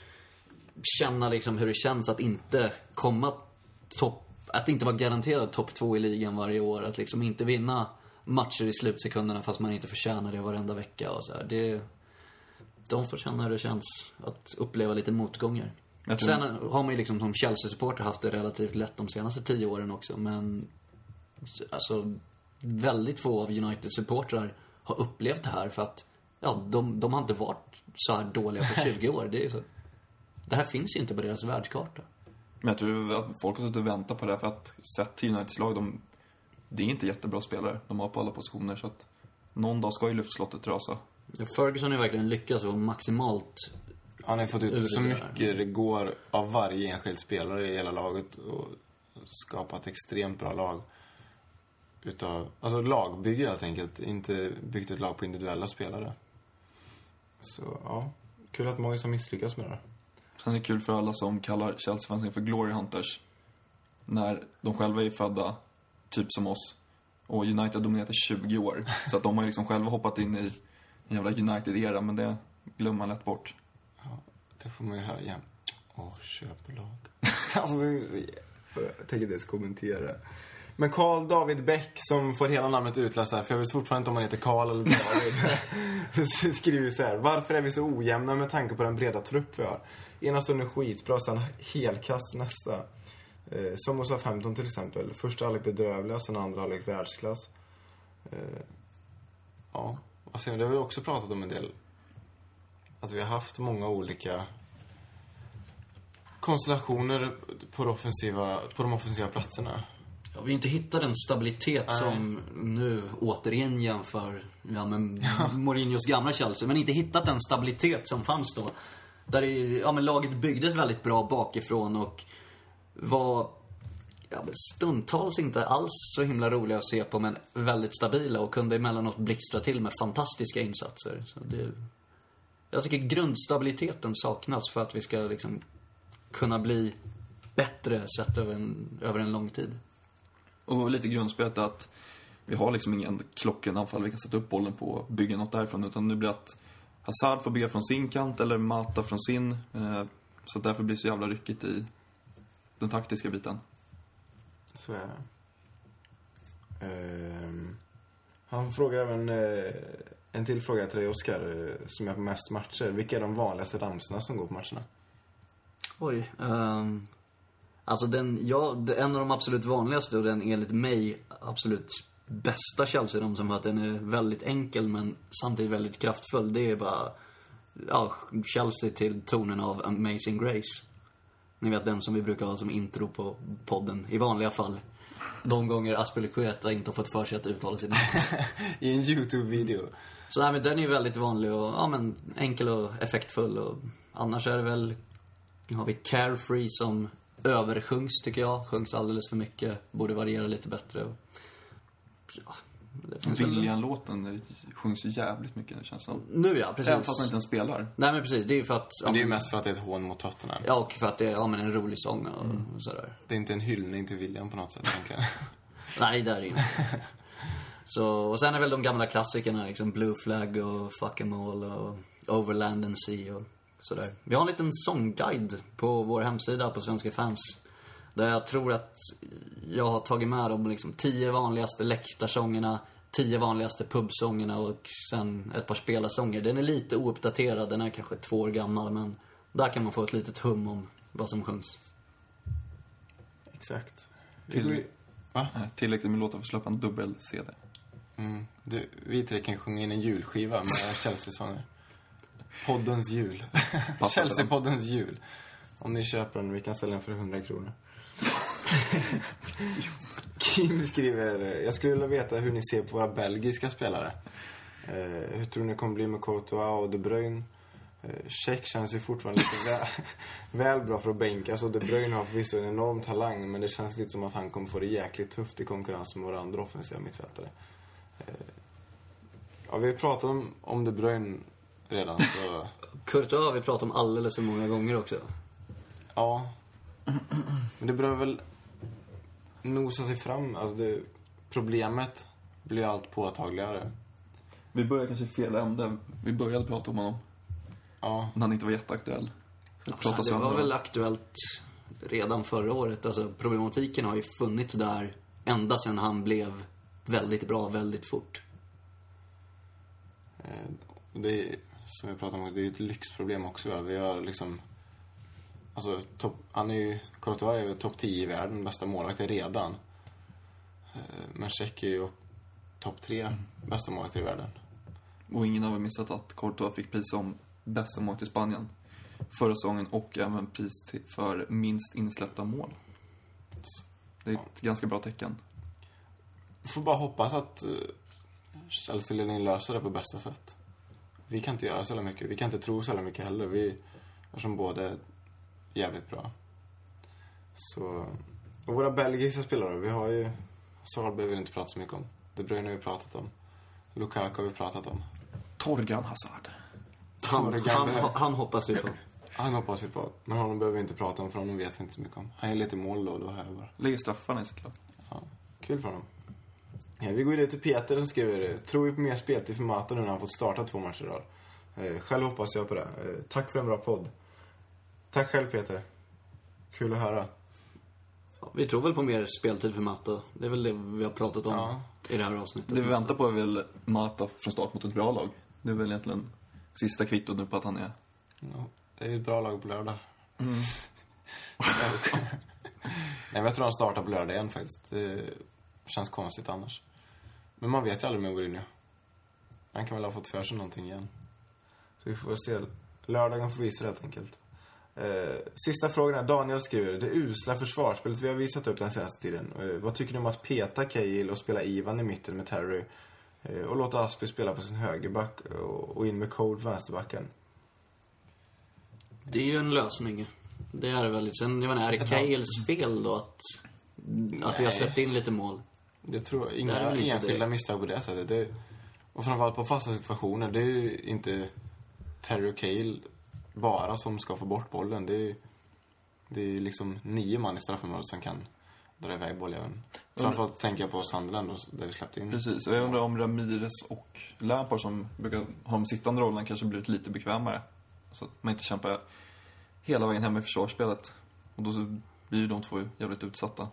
Speaker 2: känna liksom hur det känns att inte komma att inte vara garanterad topp 2 i ligan varje år. Att liksom inte vinna matcher i slutsekunderna fast man inte förtjänar det varenda vecka och så här. De får känna hur det känns att uppleva lite motgångar. Sen har man ju liksom som Chelsea-supporter haft det relativt lätt de senaste 10 åren också. Men alltså väldigt få av United-supportrar har upplevt det här för att de har inte varit så här dåliga på 20 år. Det här finns ju inte på deras världskarta.
Speaker 4: Men jag tror att folk har suttit och väntat på det, för att sett till Uniteds lag, det är inte jättebra spelare. De har på alla positioner, så att någon dag ska ju luftslottet rasa.
Speaker 2: Ferguson har verkligen lyckats vara maximalt.
Speaker 3: Han har fått ut så mycket det går av varje enskild spelare i hela laget och skapat extremt bra lag alltså lagbygge helt enkelt, inte byggt ett lag på individuella spelare. Så ja, kul att många som misslyckas med det.
Speaker 4: Sen är det kul för alla som kallar Chelsea-fansen för Glory Hunters, när de själva är födda typ som oss och United har dominerat i 20 år. Så att de har liksom själva hoppat in i en jävla United-era, men det glömmer man lätt bort.
Speaker 3: Ja, det får man ju höra igen. Köp lag. Alltså, jag tänker inte ens kommentera. Men Carl David Bäck, som får hela namnet utläst här, för jag vet fortfarande inte om han heter Carl eller David, skriver så här: varför är vi så ojämna med tanke på den breda trupp vi har? Ena stunden skitbra, sen helkast nästa. Som hos 15 till exempel. Första halvlek bedrövliga, sen andra halvlek världsklass. Ja, alltså, det har vi också pratat om en del. Att vi har haft många olika konstellationer på de offensiva platserna.
Speaker 2: Ja, vi har inte hittat den stabilitet som nu återigen jämför med Mourinhos gamla Chelsea. Men inte hittat den stabilitet som fanns då. Där laget byggdes väldigt bra bakifrån och var stundtals inte alls så himla roliga att se på, men väldigt stabila och kunde emellanåt blixtra till med fantastiska insatser. Så jag tycker grundstabiliteten saknas för att vi ska liksom kunna bli bättre sett över en lång tid.
Speaker 4: Och lite grundspelet är att vi har liksom ingen klockren anfall vi kan sätta upp bollen på och bygga något därifrån, utan nu blir att Hazard får bygga från sin kant eller Mata från sin, så därför blir det så jävla ryckigt i den taktiska biten.
Speaker 3: Så är det. Han frågar även en till fråga till dig, Oskar, som är på mest matcher. Vilka är de vanligaste ramsorna som går på matcherna?
Speaker 2: Oj. Alltså en av de absolut vanligaste och den enligt mig absolut bästa Chelsea, de som att den är väldigt enkel men samtidigt väldigt kraftfull. Det är bara Chelsea till tonen av Amazing Grace. Ni vet den som vi brukar ha som intro på podden i vanliga fall. De gånger Azpilicueta inte har fått för sig att uttala sitt namn.
Speaker 3: I en YouTube-video.
Speaker 2: Så nej, men den är ju väldigt vanlig och enkel och effektfull. Och annars är det väl, har vi Carefree som översjungs tycker jag. Sjungs alldeles för mycket, borde variera lite bättre.
Speaker 4: William-låten sjungs ju jävligt mycket, det känns som.
Speaker 2: Nu ja, precis.
Speaker 4: Även fast han inte ens spelar.
Speaker 2: Nej men precis, det är ju för att...
Speaker 3: Men det är ju mest för att det är ett hån mot Tottenham.
Speaker 2: Ja, och för att det är en rolig sång och sådär.
Speaker 3: Det är inte en hyllning till William på något sätt, egentligen.
Speaker 2: Nej, det är det inte. Så, och sen är väl de gamla klassikerna, liksom Blue Flag och Fuck 'em All och Overland and Sea och sådär. Vi har en liten sångguide på vår hemsida på Svenska fans. Där jag tror att jag har tagit med de liksom 10 vanligaste läktarsångerna, 10 vanligaste pubsångerna och sen ett par spelarsånger. Den är lite ouppdaterad, den är kanske 2 år gammal, men där kan man få ett litet hum om vad som sjungs.
Speaker 3: Exakt.
Speaker 4: Tillräckligt med låtar för att släppa en dubbel-CD.
Speaker 3: Vi 3 kan sjunga in en julskiva med Chelsea-sånger. Poddens jul. Chelsea-poddens jul. Om ni köper den, vi kan sälja den för 100 kronor. Kim skriver: jag skulle vilja veta hur ni ser på våra belgiska spelare. Hur tror ni kommer bli med Courtois och De Bruyne? Check känns ju fortfarande lite väl bra för att bänka. Alltså De Bruyne har förvisso en enorm talang, men det känns lite som att han kommer få det jäkligt tufft i konkurrens med våra andra offensiva mittfältare. Ja, vi har pratat om De Bruyne redan. Så...
Speaker 2: Courtois har vi pratat om alldeles för många gånger också.
Speaker 3: Ja. Men det behöver väl nosa sig fram. Alltså problemet blir allt påtagligare.
Speaker 4: Vi började kanske i fel ände. Vi började prata om honom.
Speaker 3: Ja.
Speaker 4: När han inte var jätteaktuell.
Speaker 2: Alltså, det var väl aktuellt redan förra året. Alltså, problematiken har ju funnits där ända sedan han blev väldigt bra väldigt fort.
Speaker 3: Det är, som vi pratade om, det är ett lyxproblem också. Vi har liksom... Alltså, Courtois är ju topp 10 i världen, bästa målvakt redan. Men Check är ju topp 3 bästa målvakt i världen.
Speaker 4: Och ingen har väl missat att Courtois fick pris som bästa målvakt i Spanien förra säsongen och även pris för minst insläppta mål. Det är ett ganska bra tecken.
Speaker 3: Vi får bara hoppas att Chelsea-ledningen löser det på bästa sätt. Vi kan inte göra så mycket. Vi kan inte tro så mycket heller. Vi är som både jävligt bra. Så... Och våra belgiska spelare, vi har ju... Saul behöver vi inte prata så mycket om. De Bruyne har vi pratat om. Lukaku har vi pratat om.
Speaker 4: Torgan Hazard.
Speaker 2: Han hoppas vi på.
Speaker 3: Han hoppas vi på. Men honom behöver vi inte prata om, för honom vet vi inte så mycket om. Han är lite mål då har jag bara.
Speaker 4: Lägger straffarna i sig klart.
Speaker 3: Ja, kul för honom. Ja, vi går vidare till Peter som skriver: tror vi på mer speltid för Mata nu när han fått starta 2 matcher idag? Själv hoppas jag på det. Tack för en bra podd. Tack själv Peter. Kul att höra.
Speaker 2: Ja, vi tror väl på mer speltid för Mata. Det är väl det vi har pratat om i det här avsnittet.
Speaker 4: Det vi väntar på är väl Mata från start mot ett bra lag. Det är väl egentligen sista kvittot nu på att han är...
Speaker 3: Ja, det är ju ett bra lag på lördag. Nej, men jag tror han startar på lördag igen faktiskt. Det känns konstigt annars. Men man vet ju aldrig med Mourinho. Han kan väl ha fått för sig någonting igen. Så vi får se. Lördagen får visa det helt enkelt. Sista frågan är, Daniel skriver: det usla försvarsspelet vi har visat upp den senaste tiden. Vad tycker ni om att peta Cahill och spela Ivan i mitten med Terry? Och låta Aspi spela på sin högerback och in med Cole på vänsterbacken.
Speaker 2: Det är ju en lösning. Det är väldigt... Sen, jag menar, är det Cahills fel då att vi har släppt in lite mål?
Speaker 3: Det tror jag. Inga enskilda misstag på det sättet. Och framförallt på fasta situationer. Det är ju inte Terry och Cahill bara som ska få bort bollen. Det är liksom 9 man i straffområdet som kan dra iväg bollen. Framförallt tänker jag på Sunderland där vi släppte in.
Speaker 4: Precis, och jag undrar om Ramirez och Lampard som brukar ha de sittande rollen kanske blivit lite bekvämare. Så att man inte kämpar hela vägen hem i försvarsspelet. Och då så blir ju de två jävligt utsatta.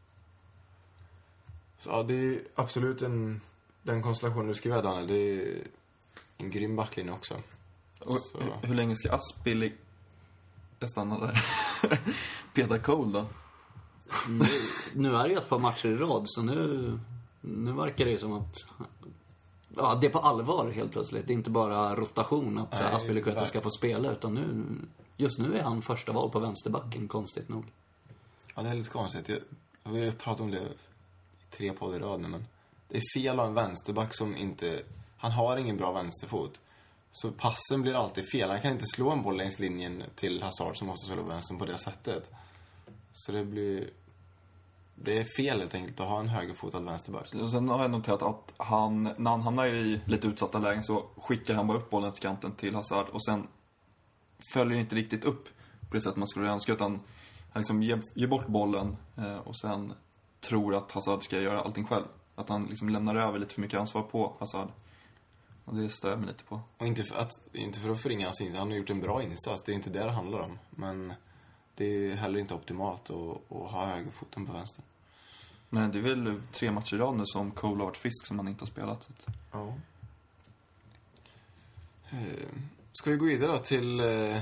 Speaker 3: Så ja, det är absolut den konstellationen du skriver, Daniel. Det är en grym backlinje också.
Speaker 4: Och hur länge ska Aspili stanna där? Peter Cole då?
Speaker 2: Nu är det ju ett par matcher i rad, så nu verkar det ju som att det är på allvar helt plötsligt. Det är inte bara rotation att Azpilicueta ska få spela, utan just nu är han första val på vänsterbacken, konstigt nog.
Speaker 3: Ja, det är lite konstigt. Vi har pratat om det i 3 poddar i rad nu, men det är fel av en vänsterback som inte... Han har ingen bra vänsterfot. Så passen blir alltid fel. Han kan inte slå en boll längs linjen till Hazard som måste slå vänstern på det sättet. Så det är fel helt enkelt att ha en högerfotad vänsterback.
Speaker 4: Och sen har jag noterat att när han hamnar i lite utsatta lägen så skickar han bara upp bollen till kanten till Hazard. Och sen följer inte riktigt upp på det sättet man skulle önska, utan han liksom ger bort bollen och sen tror att Hazard ska göra allting själv. Att han liksom lämnar över lite för mycket ansvar på Hazard. Och det stör mig lite på. Och
Speaker 3: inte för att förringa hans insats. Han har gjort en bra insats. Det är inte det handlar om. Men det är heller inte optimalt att ha högerfoten på vänster.
Speaker 4: Nej, det är väl 3 matcher i rad nu som Cole har varit frisk som han inte har spelat. Så att...
Speaker 3: Ja. Ska vi gå vidare då till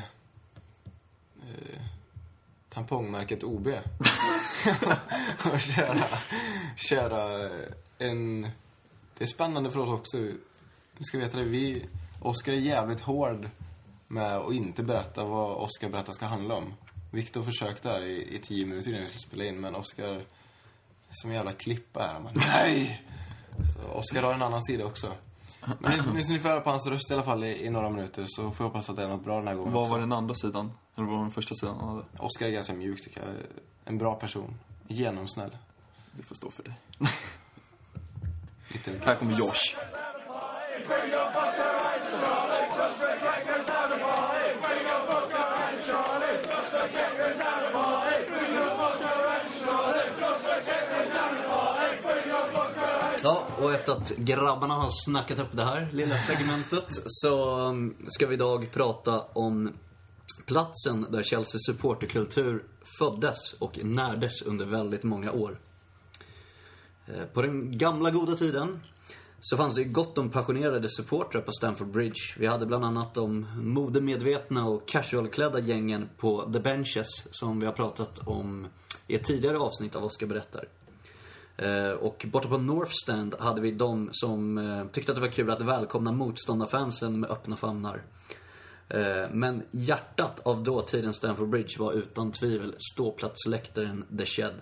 Speaker 3: tampongmärket OB? Och köra en... Det är spännande för oss också. Vi ska veta det. Oskar är jävligt hård med att inte berätta vad Oskar berättar ska handla om. Viktor försökte där i 10 minuter innan vi skulle spela in, men Oskar är som en jävla klippa här. Men nej! Så Oskar har en annan sida också. Men nu ska ni få höra på hans röst i alla fall i några minuter, så får jag hoppas att det är något bra den här gången.
Speaker 4: Vad var den andra sidan? Eller vad var den första sidan han hade?
Speaker 3: Oskar är ganska mjuk tycker jag. En bra person. Genomsnäll.
Speaker 4: Det får stå för dig.
Speaker 3: Lite.
Speaker 4: Här kommer Josh.
Speaker 2: Ja, och efter att grabbarna har snackat upp det här lilla segmentet så ska vi idag prata om platsen där Chelsea supporterkultur föddes och närdes under väldigt många år. På den gamla goda tiden så fanns det gott om passionerade supportrar på Stamford Bridge. Vi hade bland annat de modemedvetna och casualklädda gängen på The Benches som vi har pratat om i ett tidigare avsnitt av Oskar berättar. Och borta på North Stand hade vi de som tyckte att det var kul att välkomna motståndarfansen med öppna famnar. Men hjärtat av dåtidens Stamford Bridge var utan tvivel ståplatsläktaren The Shed.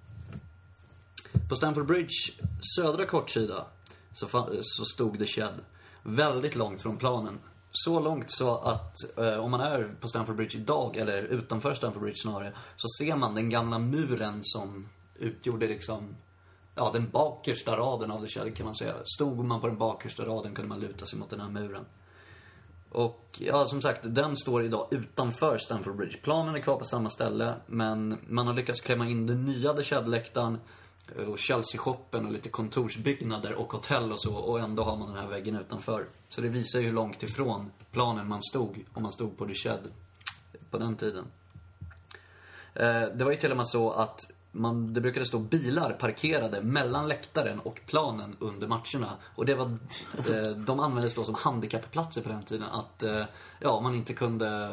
Speaker 2: På Stamford Bridge södra kortsida så stod The Shed väldigt långt från planen. Så långt så att om man är på Stamford Bridge idag, eller utanför Stamford Bridge snarare, så ser man den gamla muren som utgjorde liksom den bakersta raden av The Shed kan man säga. Stod man på den bakersta raden kunde man luta sig mot den här muren. Och som sagt, den står idag utanför Stamford Bridge. Planen är kvar på samma ställe, men man har lyckats klämma in den nya The Shed-läktaren och Chelsea-shoppen och lite kontorsbyggnader och hotell och så, och ändå har man den här väggen utanför. Så det visar ju hur långt ifrån planen man stod om man stod på The Shed på den tiden. Det var ju till och med så att det brukade stå bilar parkerade mellan läktaren och planen under matcherna. Och det var de användes då som handikappplatser på den tiden. Att man inte kunde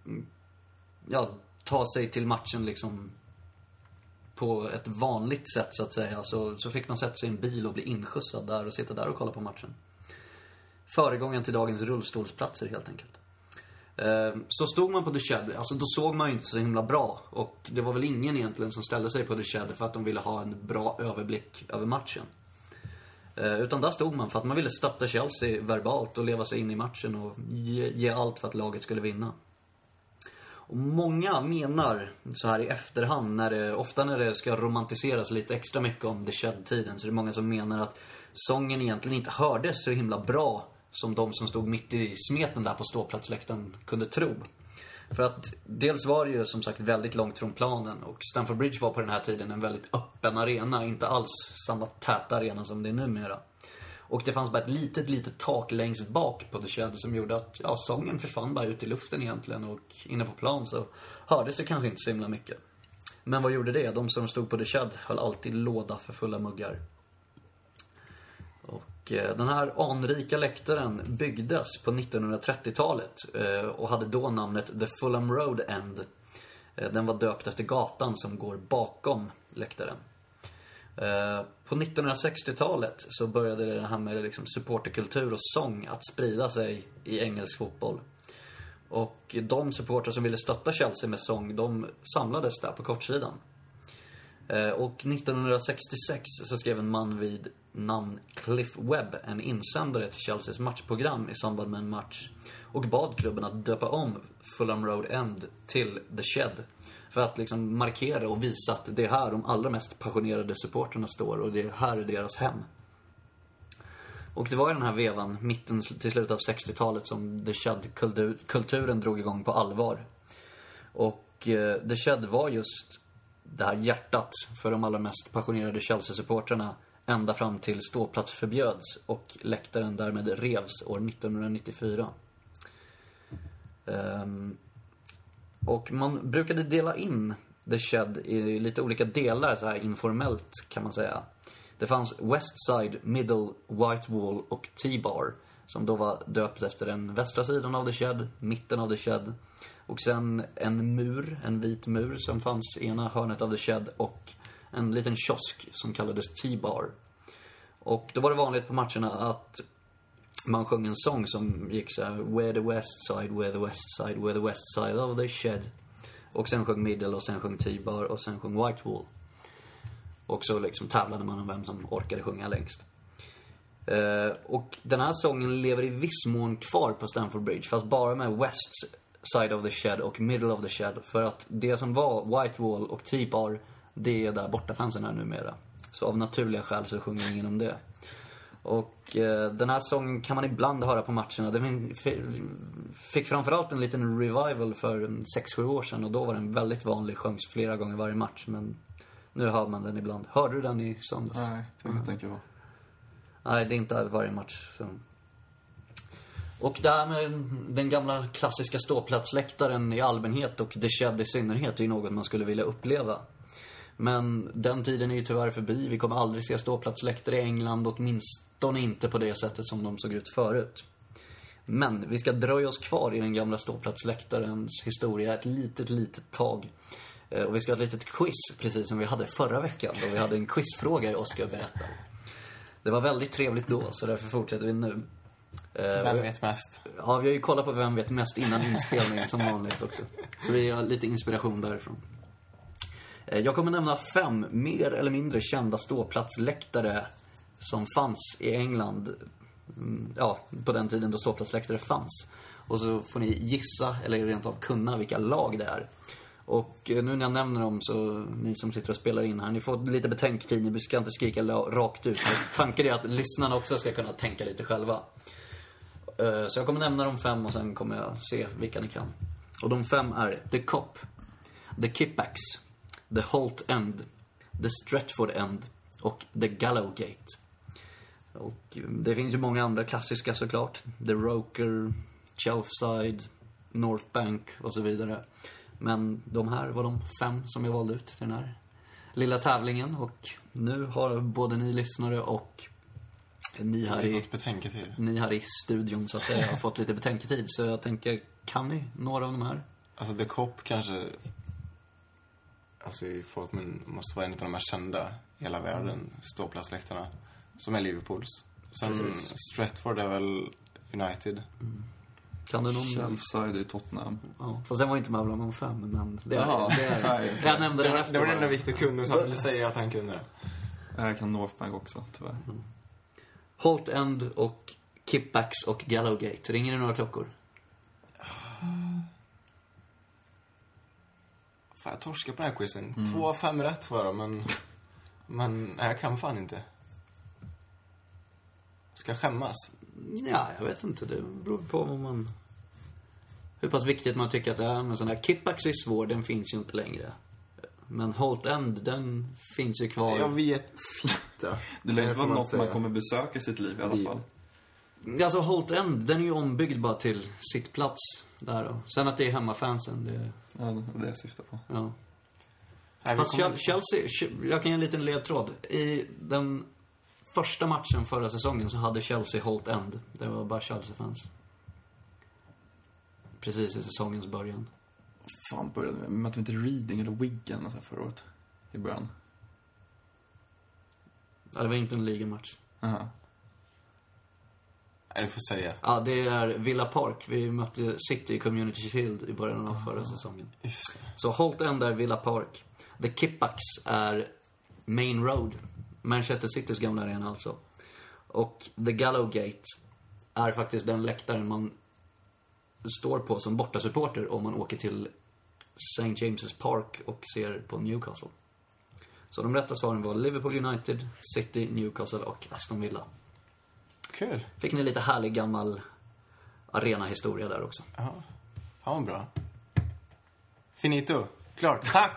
Speaker 2: ta sig till matchen liksom på ett vanligt sätt så att säga. Så fick man sätta sig i en bil och bli inskjutsad där och sitta där och kolla på matchen. Föregången till dagens rullstolsplatser helt enkelt. Så stod man på The Shed, alltså då såg man ju inte så himla bra. Och det var väl ingen egentligen som ställde sig på The Shed för att de ville ha en bra överblick över matchen. Utan där stod man för att man ville stötta Chelsea verbalt och leva sig in i matchen och ge allt för att laget skulle vinna. Och många menar så här i efterhand, ofta när det ska romantiseras lite extra mycket om The Shed-tiden, så det är många som menar att sången egentligen inte hördes så himla bra som de som stod mitt i smeten där på ståplatsläktaren kunde tro. För att dels var det ju som sagt väldigt långt från planen, och Stamford Bridge var på den här tiden en väldigt öppen arena, inte alls samma täta arena som det är numera. Och det fanns bara ett litet tak längst bak på The Shed som gjorde att sången försvann bara ut i luften egentligen, och inne på plan så hördes det kanske inte så himla mycket. Men vad gjorde det? De som stod på The Shed höll alltid låda för fulla muggar. Och den här anrika läktaren byggdes på 1930-talet och hade då namnet The Fulham Road End. Den var döpt efter gatan som går bakom läktaren. På 1960-talet så började det här med liksom supporterkultur och sång att sprida sig i engelsk fotboll. Och de supportrar som ville stötta Chelsea med sång, de samlades där på kortsidan. Och 1966 så skrev en man vid namn Cliff Webb en insändare till Chelseas matchprogram i samband med en match och bad klubben att döpa om Fulham Road End till The Shed för att liksom markera och visa att det är här de allra mest passionerade supporterna står och det här är deras hem. Och det var i den här vevan, mitten till slutet av 60-talet, som The Shed-kulturen drog igång på allvar. Och The Shed var just det här hjärtat för de allra mest passionerade Chelsea-supporterna ända fram till ståplats förbjöds och läktaren därmed revs år 1994. Och man brukade dela in The Shed i lite olika delar så här informellt kan man säga. Det fanns Westside, Middle, Whitewall och T-Bar som då var döpt efter den västra sidan av The Shed, mitten av The Shed. Och sen en vit mur som fanns i ena hörnet av The Shed och en liten kiosk som kallades T-Bar. Och då var det vanligt på matcherna att man sjöng en sång som gick så här: Where the west side, where the west side, where the west side of The Shed. Och sen sjöng Middle och sen sjöng T-Bar och sen sjöng Whitewall. Och så liksom tävlade man om vem som orkade sjunga längst. Och den här sången lever i viss mån kvar på Stamford Bridge, fast bara med West Side of The Shed och Middle of The Shed. För att det som var Whitewall och T-Bar, det är där borta fansen är numera. Så av naturliga skäl så sjunger ingen om det. Och den här sången kan man ibland höra på matcherna. Den fick framförallt en liten revival för 6-7 år sedan. Och då var den väldigt vanlig, sjöngs flera gånger varje match. Men nu hör man den ibland. Hörde du den i söndags?
Speaker 4: Nej, det kan jag tänka på.
Speaker 2: Nej, det är inte varje match. Så. Och det här med den gamla klassiska ståplatsläktaren i allmänhet och The Shed i synnerhet är ju något man skulle vilja uppleva. Men den tiden är ju tyvärr förbi. Vi kommer aldrig se ståplatsläktare i England, åtminstone inte på det sättet som de såg ut förut. Men vi ska dröja oss kvar i den gamla ståplatsläktarens historia ett litet tag. Och vi ska ha ett litet quiz, precis som vi hade förra veckan då vi hade en quizfråga i Oskar berättar. Det var väldigt trevligt då, så därför fortsätter vi nu.
Speaker 3: Vem vet mest?
Speaker 2: Ja, vi har ju kollat på Vem vet mest innan inspelningen som vanligt också. Så vi har lite inspiration därifrån. Jag kommer nämna 5 mer eller mindre kända ståplatsläktare som fanns i England. Ja, på den tiden då ståplatsläktare fanns. Och så får ni gissa, eller rent av kunna, vilka lag det är. Och nu när jag nämner dem, så ni som sitter och spelar in här, ni får lite betänketid, ni ska inte skrika rakt ut. Tanken är att lyssnarna också ska kunna tänka lite själva. Så jag kommer nämna de 5 och sen kommer jag se vilka ni kan. Och de 5 är The Kop, The Kippax, The Holt End, The Stretford End och The Gallowgate. Och det finns ju många andra klassiska såklart. The Roker, Chelfside, North Bank och så vidare. Men de här var de 5 som jag valde ut till den här lilla tävlingen. Och nu har både ni lyssnare och ni här i studion så att säga har fått lite betänketid. Så jag tänker, kan ni några av de här?
Speaker 3: Alltså The Kop kanske, alltså i folk måste vara en av de mest kända i hela världen, ståplatsläktarna, som är Liverpools. Sen Stretford är väl United.
Speaker 2: Kan du någon?
Speaker 4: Chelsea i Tottenham.
Speaker 2: Ja, fast sen var inte med bland de 5, men det är jag nämnde den efter.
Speaker 3: Det var den enda Victor kunde, så han ville säga att han kunde det.
Speaker 4: Jag kan North Bank också, tyvärr.
Speaker 2: Holt End och Kippax och Gallowgate. Ringer det några klockor?
Speaker 3: Fan, jag torskar på den här quizen. 2 av 5 rätt för dem, men jag kan fan inte. Ska skämmas?
Speaker 2: Ja, jag vet inte. Det beror på om man... hur pass viktigt man tycker att det är. Men sån här Kippax är svår, den finns ju inte längre. Men Holt End, den finns ju kvar.
Speaker 3: Jag vet fitta.
Speaker 4: Det lär inte vara något man kommer besöka i sitt liv i alla fall.
Speaker 2: Alltså Holt End, den är ju ombyggd bara till sitt plats där då. Sen att det är hemmafansen, det...
Speaker 4: Ja, det är det jag syftar på.
Speaker 2: Ja. Fast Chelsea, jag kan ge en liten ledtråd. I den första matchen förra säsongen så hade Chelsea Holt End. Det var bara Chelsea-fans. Precis i säsongens början.
Speaker 4: Fan började med? Mötte inte Reading eller Wigan alltså, förra året? I början.
Speaker 2: Ja, det var inte en ligamatch.
Speaker 4: Aha.
Speaker 3: Nej, du får säga.
Speaker 2: Ja, det är Villa Park. Vi mötte City i Community Shield i början av förra säsongen.
Speaker 3: Just det.
Speaker 2: Så Holt End är Villa Park. The Kippax är Main Road. Manchester Citys gamla arena alltså. Och The Gallowgate är faktiskt den läktaren man står på som bortasupporter om man åker till St. James's Park och ser på Newcastle. Så de rätta svaren var Liverpool United, City, Newcastle och Aston Villa.
Speaker 3: Kul.
Speaker 2: Fick ni lite härlig gammal arena-historia där också.
Speaker 3: Ja, fan bra. Finito. Klart. Tack!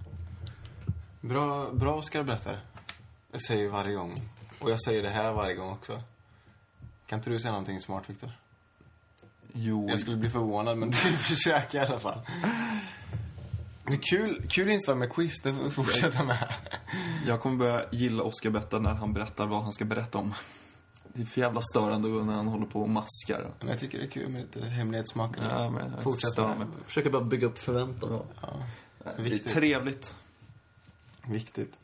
Speaker 3: Bra Oskar berättar. Jag säger varje gång. Och jag säger det här varje gång också. Kan inte du säga någonting smart, Victor?
Speaker 4: Jo.
Speaker 3: Jag skulle bli förvånad, men du försöker i alla fall. Det är kul inslag med quiz, det får vi fortsätta med.
Speaker 4: Jag kommer börja gilla Oskar Betta när han berättar vad han ska berätta om. Det är för jävla störande när han håller på och maskar.
Speaker 3: Men jag tycker det är kul med lite hemlighetsmakare.
Speaker 4: Ja, men jag
Speaker 3: Fortsätt
Speaker 4: stör
Speaker 3: med
Speaker 4: mig.
Speaker 2: Jag försöker bara bygga upp förväntan.
Speaker 3: Ja,
Speaker 4: Det är
Speaker 3: viktigt.
Speaker 4: trevligt.
Speaker 3: Viktigt.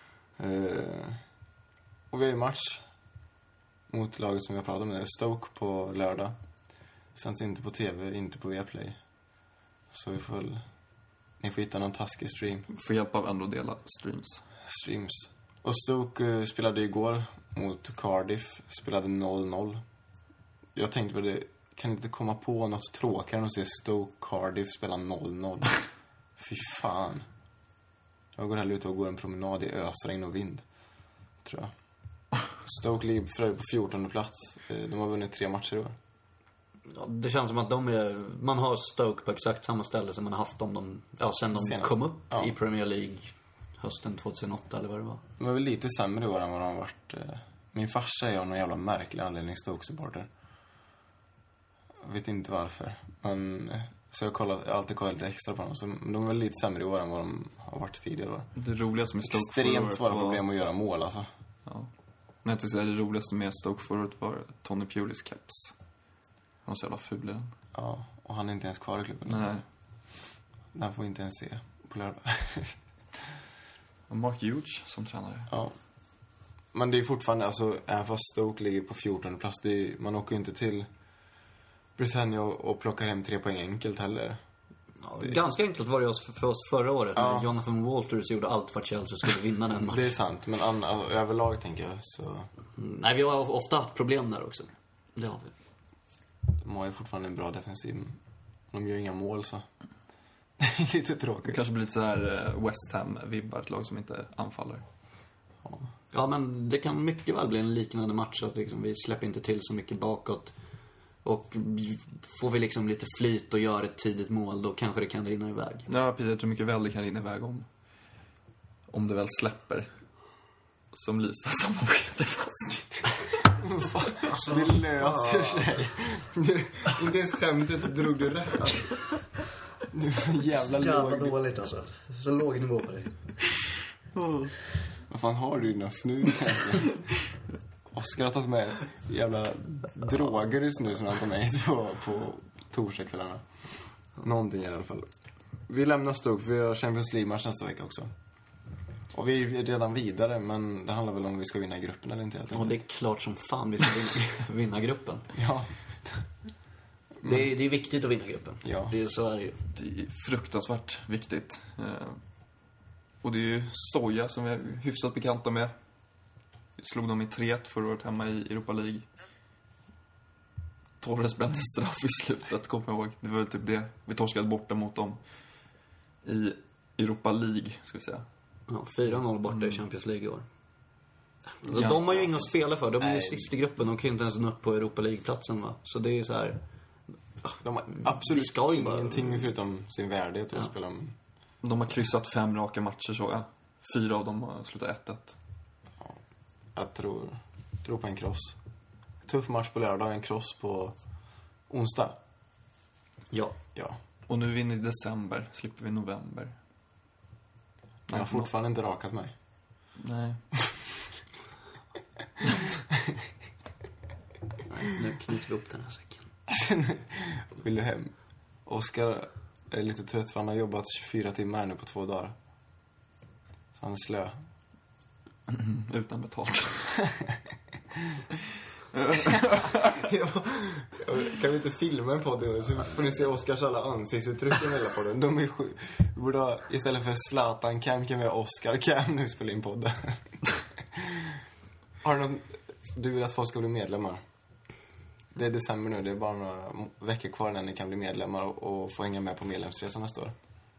Speaker 3: Och vi har ju match mot laget som vi har pratat om. Det är Stoke på lördag. Sänds inte på tv, inte på Viaplay. Så ni får hitta någon taskig stream.
Speaker 4: Får hjälp av ändå dela streams.
Speaker 3: Och Stoke spelade igår mot Cardiff. Spelade 0-0. Jag tänkte på det. Kan inte komma på något tråkigare än att se Stoke Cardiff spela 0-0. Fy fan. Jag går hellre ut och går en promenad i ösregn och vind. Tror jag. Stoke ligger på 14:e plats. De har vunnit 3 matcher i år.
Speaker 2: Ja, det känns som att man har Stoke på exakt samma ställe som man har haft dem sen de
Speaker 3: Senast.
Speaker 2: kom upp
Speaker 3: Ja.
Speaker 2: i Premier League hösten 2008 eller vad det var.
Speaker 3: De är väl lite sämre i år än vad de har varit. Min farsa är av någon jävla märklig anledning Stoke-supporter. Jag vet inte varför. Men så jag har alltid kollat lite extra på dem. Så de är väl lite sämre i år än vad de har varit tidigare år.
Speaker 4: Det roligaste med Stoke förra
Speaker 3: Extremt
Speaker 4: året
Speaker 3: svåra
Speaker 4: var...
Speaker 3: problem att göra mål alltså.
Speaker 4: Ja. Men jag tycker det roligaste med Stoke förra året var Tony Pulis caps. Han var så jävla ful i den.
Speaker 3: Ja, och han är inte ens kvar i klubben.
Speaker 4: Nej.
Speaker 3: Den får vi inte ens se på lördag.
Speaker 4: Och Mark Hughes som tränare.
Speaker 3: Ja. Men det är fortfarande, alltså, även fast Stoke ligger på 14:e plats, man åker ju inte till Britannia och plockar hem 3 poäng enkelt heller.
Speaker 2: Ja, ganska enkelt var det för oss förra året
Speaker 3: Ja.
Speaker 2: när Jonathan Walters gjorde allt för att Chelsea skulle vinna den matchen.
Speaker 3: Det är sant, men överlag tänker jag så...
Speaker 2: Nej, vi har ofta haft problem där också. Det har vi.
Speaker 3: De har ju fortfarande en bra defensiv. De gör inga mål så. Det är lite
Speaker 4: Det
Speaker 3: tråkigt.
Speaker 4: kanske blir lite så här West Ham-vibbar, ett lag som inte anfaller.
Speaker 2: Ja, men det kan mycket väl bli en liknande match att liksom, vi släpper inte till så mycket bakåt. Och får vi liksom lite flyt och gör ett tidigt mål, då kanske det kan rinna iväg.
Speaker 4: Ja, precis. Jag tror mycket väl det kan rinna iväg om det väl släpper. Som Lisa som skedde fast.
Speaker 3: Alltså, det löser sig. Inte ens skämtet drog du rätt. Nu jävla låg.
Speaker 2: dåligt alltså. Så låg nivå på det.
Speaker 3: Vad fan har du dina snus? Oskar har tagit med jävla droger just nu som han tar med på torsdagskvällarna. Någonting i alla fall. Vi lämnar Stoke, vi har Champions League-match nästa vecka också. Och vi är redan vidare, men det handlar väl om vi ska vinna gruppen eller inte helt
Speaker 2: Och
Speaker 3: enkelt.
Speaker 2: det är klart som fan vi ska vinna gruppen.
Speaker 3: Ja.
Speaker 2: Det är viktigt att vinna gruppen.
Speaker 3: Ja.
Speaker 2: Så är det ju.
Speaker 4: Det är fruktansvärt viktigt. Och det är ju Stoja som vi är hyfsat bekanta med. Vi slog dem i 3-1 förra året hemma i Europa League. Torres brände straff i slutet, kommer jag ihåg. Det var väl typ det. Vi torskade borta mot dem i Europa League, ska vi säga.
Speaker 2: Ja, 4-0 borta i Champions League i år. Alltså,
Speaker 4: Ganska
Speaker 2: de har ju inget att spela för. De är ju
Speaker 3: Nej.
Speaker 2: sist i gruppen. De kan ju inte ens nå upp på Europa League-platsen, va? Så det är ju så här...
Speaker 3: De har absolut
Speaker 2: Vi ska ju bara-
Speaker 3: ingenting förutom sin värdighet att
Speaker 2: Ja.
Speaker 3: spela.
Speaker 4: De har kryssat 5 raka matcher, så jag. 4 av dem har slutat 1-1.
Speaker 3: Jag tror på en cross. Tuff match på lördag, en cross på onsdag.
Speaker 2: Ja.
Speaker 3: Ja.
Speaker 4: Och nu vinner i december, slipper vi i november.
Speaker 3: Jag har fortfarande inte rakat mig.
Speaker 4: Nej.
Speaker 2: Nej, nu knyter vi upp den här säcken.
Speaker 3: Vill du hem? Oskar är lite trött för han har jobbat 24 timmar nu på 2 dagar. Så han är slö.
Speaker 4: Utan betalt.
Speaker 3: Kan vi inte filma en podd nu så får ni se Oskars alla ansiktsuttryck i hela podden. De är borde ha, istället för Zlatan Cam kan vi ha Oscar Cam nu spela in podden. Har du något du vill att folk ska bli medlemmar? Det är december nu, det är bara några veckor kvar innan ni kan bli medlemmar och få hänga med på medlemsresan nästa år.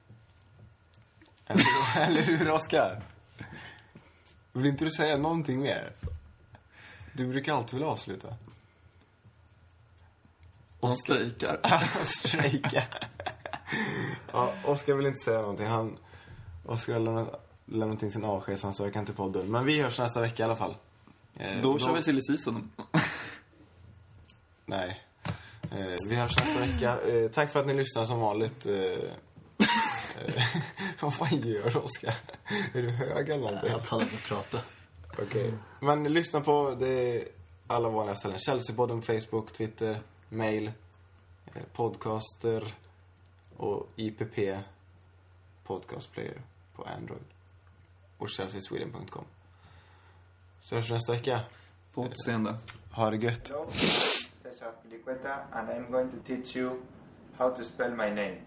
Speaker 3: Eller hur, Oskar? Vill inte du säga någonting mer? Du brukar alltid vilja avsluta.
Speaker 4: Och strejkar.
Speaker 3: Strejkar. Ja, Oskar vill inte säga någonting. Oskar har lämnat in sin avskedsansökan till podden. Men vi hörs nästa vecka i alla fall.
Speaker 4: Då kör vi silly season.
Speaker 3: Nej. Vi hörs nästa vecka. Tack för att ni lyssnar som vanligt. Vad fan gör du, Oskar? Är du hög eller någonting?
Speaker 2: Jag pallar inte prata.
Speaker 3: Okej. Men lyssna på det alla vanliga ställen. Chelsea-podden på Facebook, Twitter, mail, podcaster och IPP podcastplayer på Android och chelseasweden.com. Så hörs nästa vecka.
Speaker 4: På återseende.
Speaker 3: Ha det gött.
Speaker 1: Hello, Cesar Pilicueta, and I'm going to teach you how to spell my name.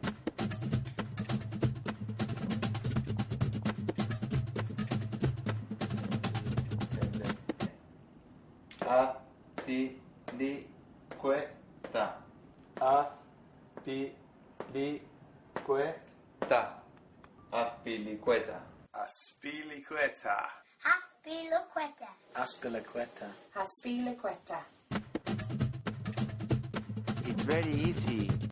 Speaker 1: Apilicueta. Apilicueta. Apilicueta.
Speaker 5: Aspilicueta.
Speaker 6: Aspilicueta.
Speaker 5: Aspilicueta.
Speaker 6: Aspilicueta.
Speaker 7: It's very easy.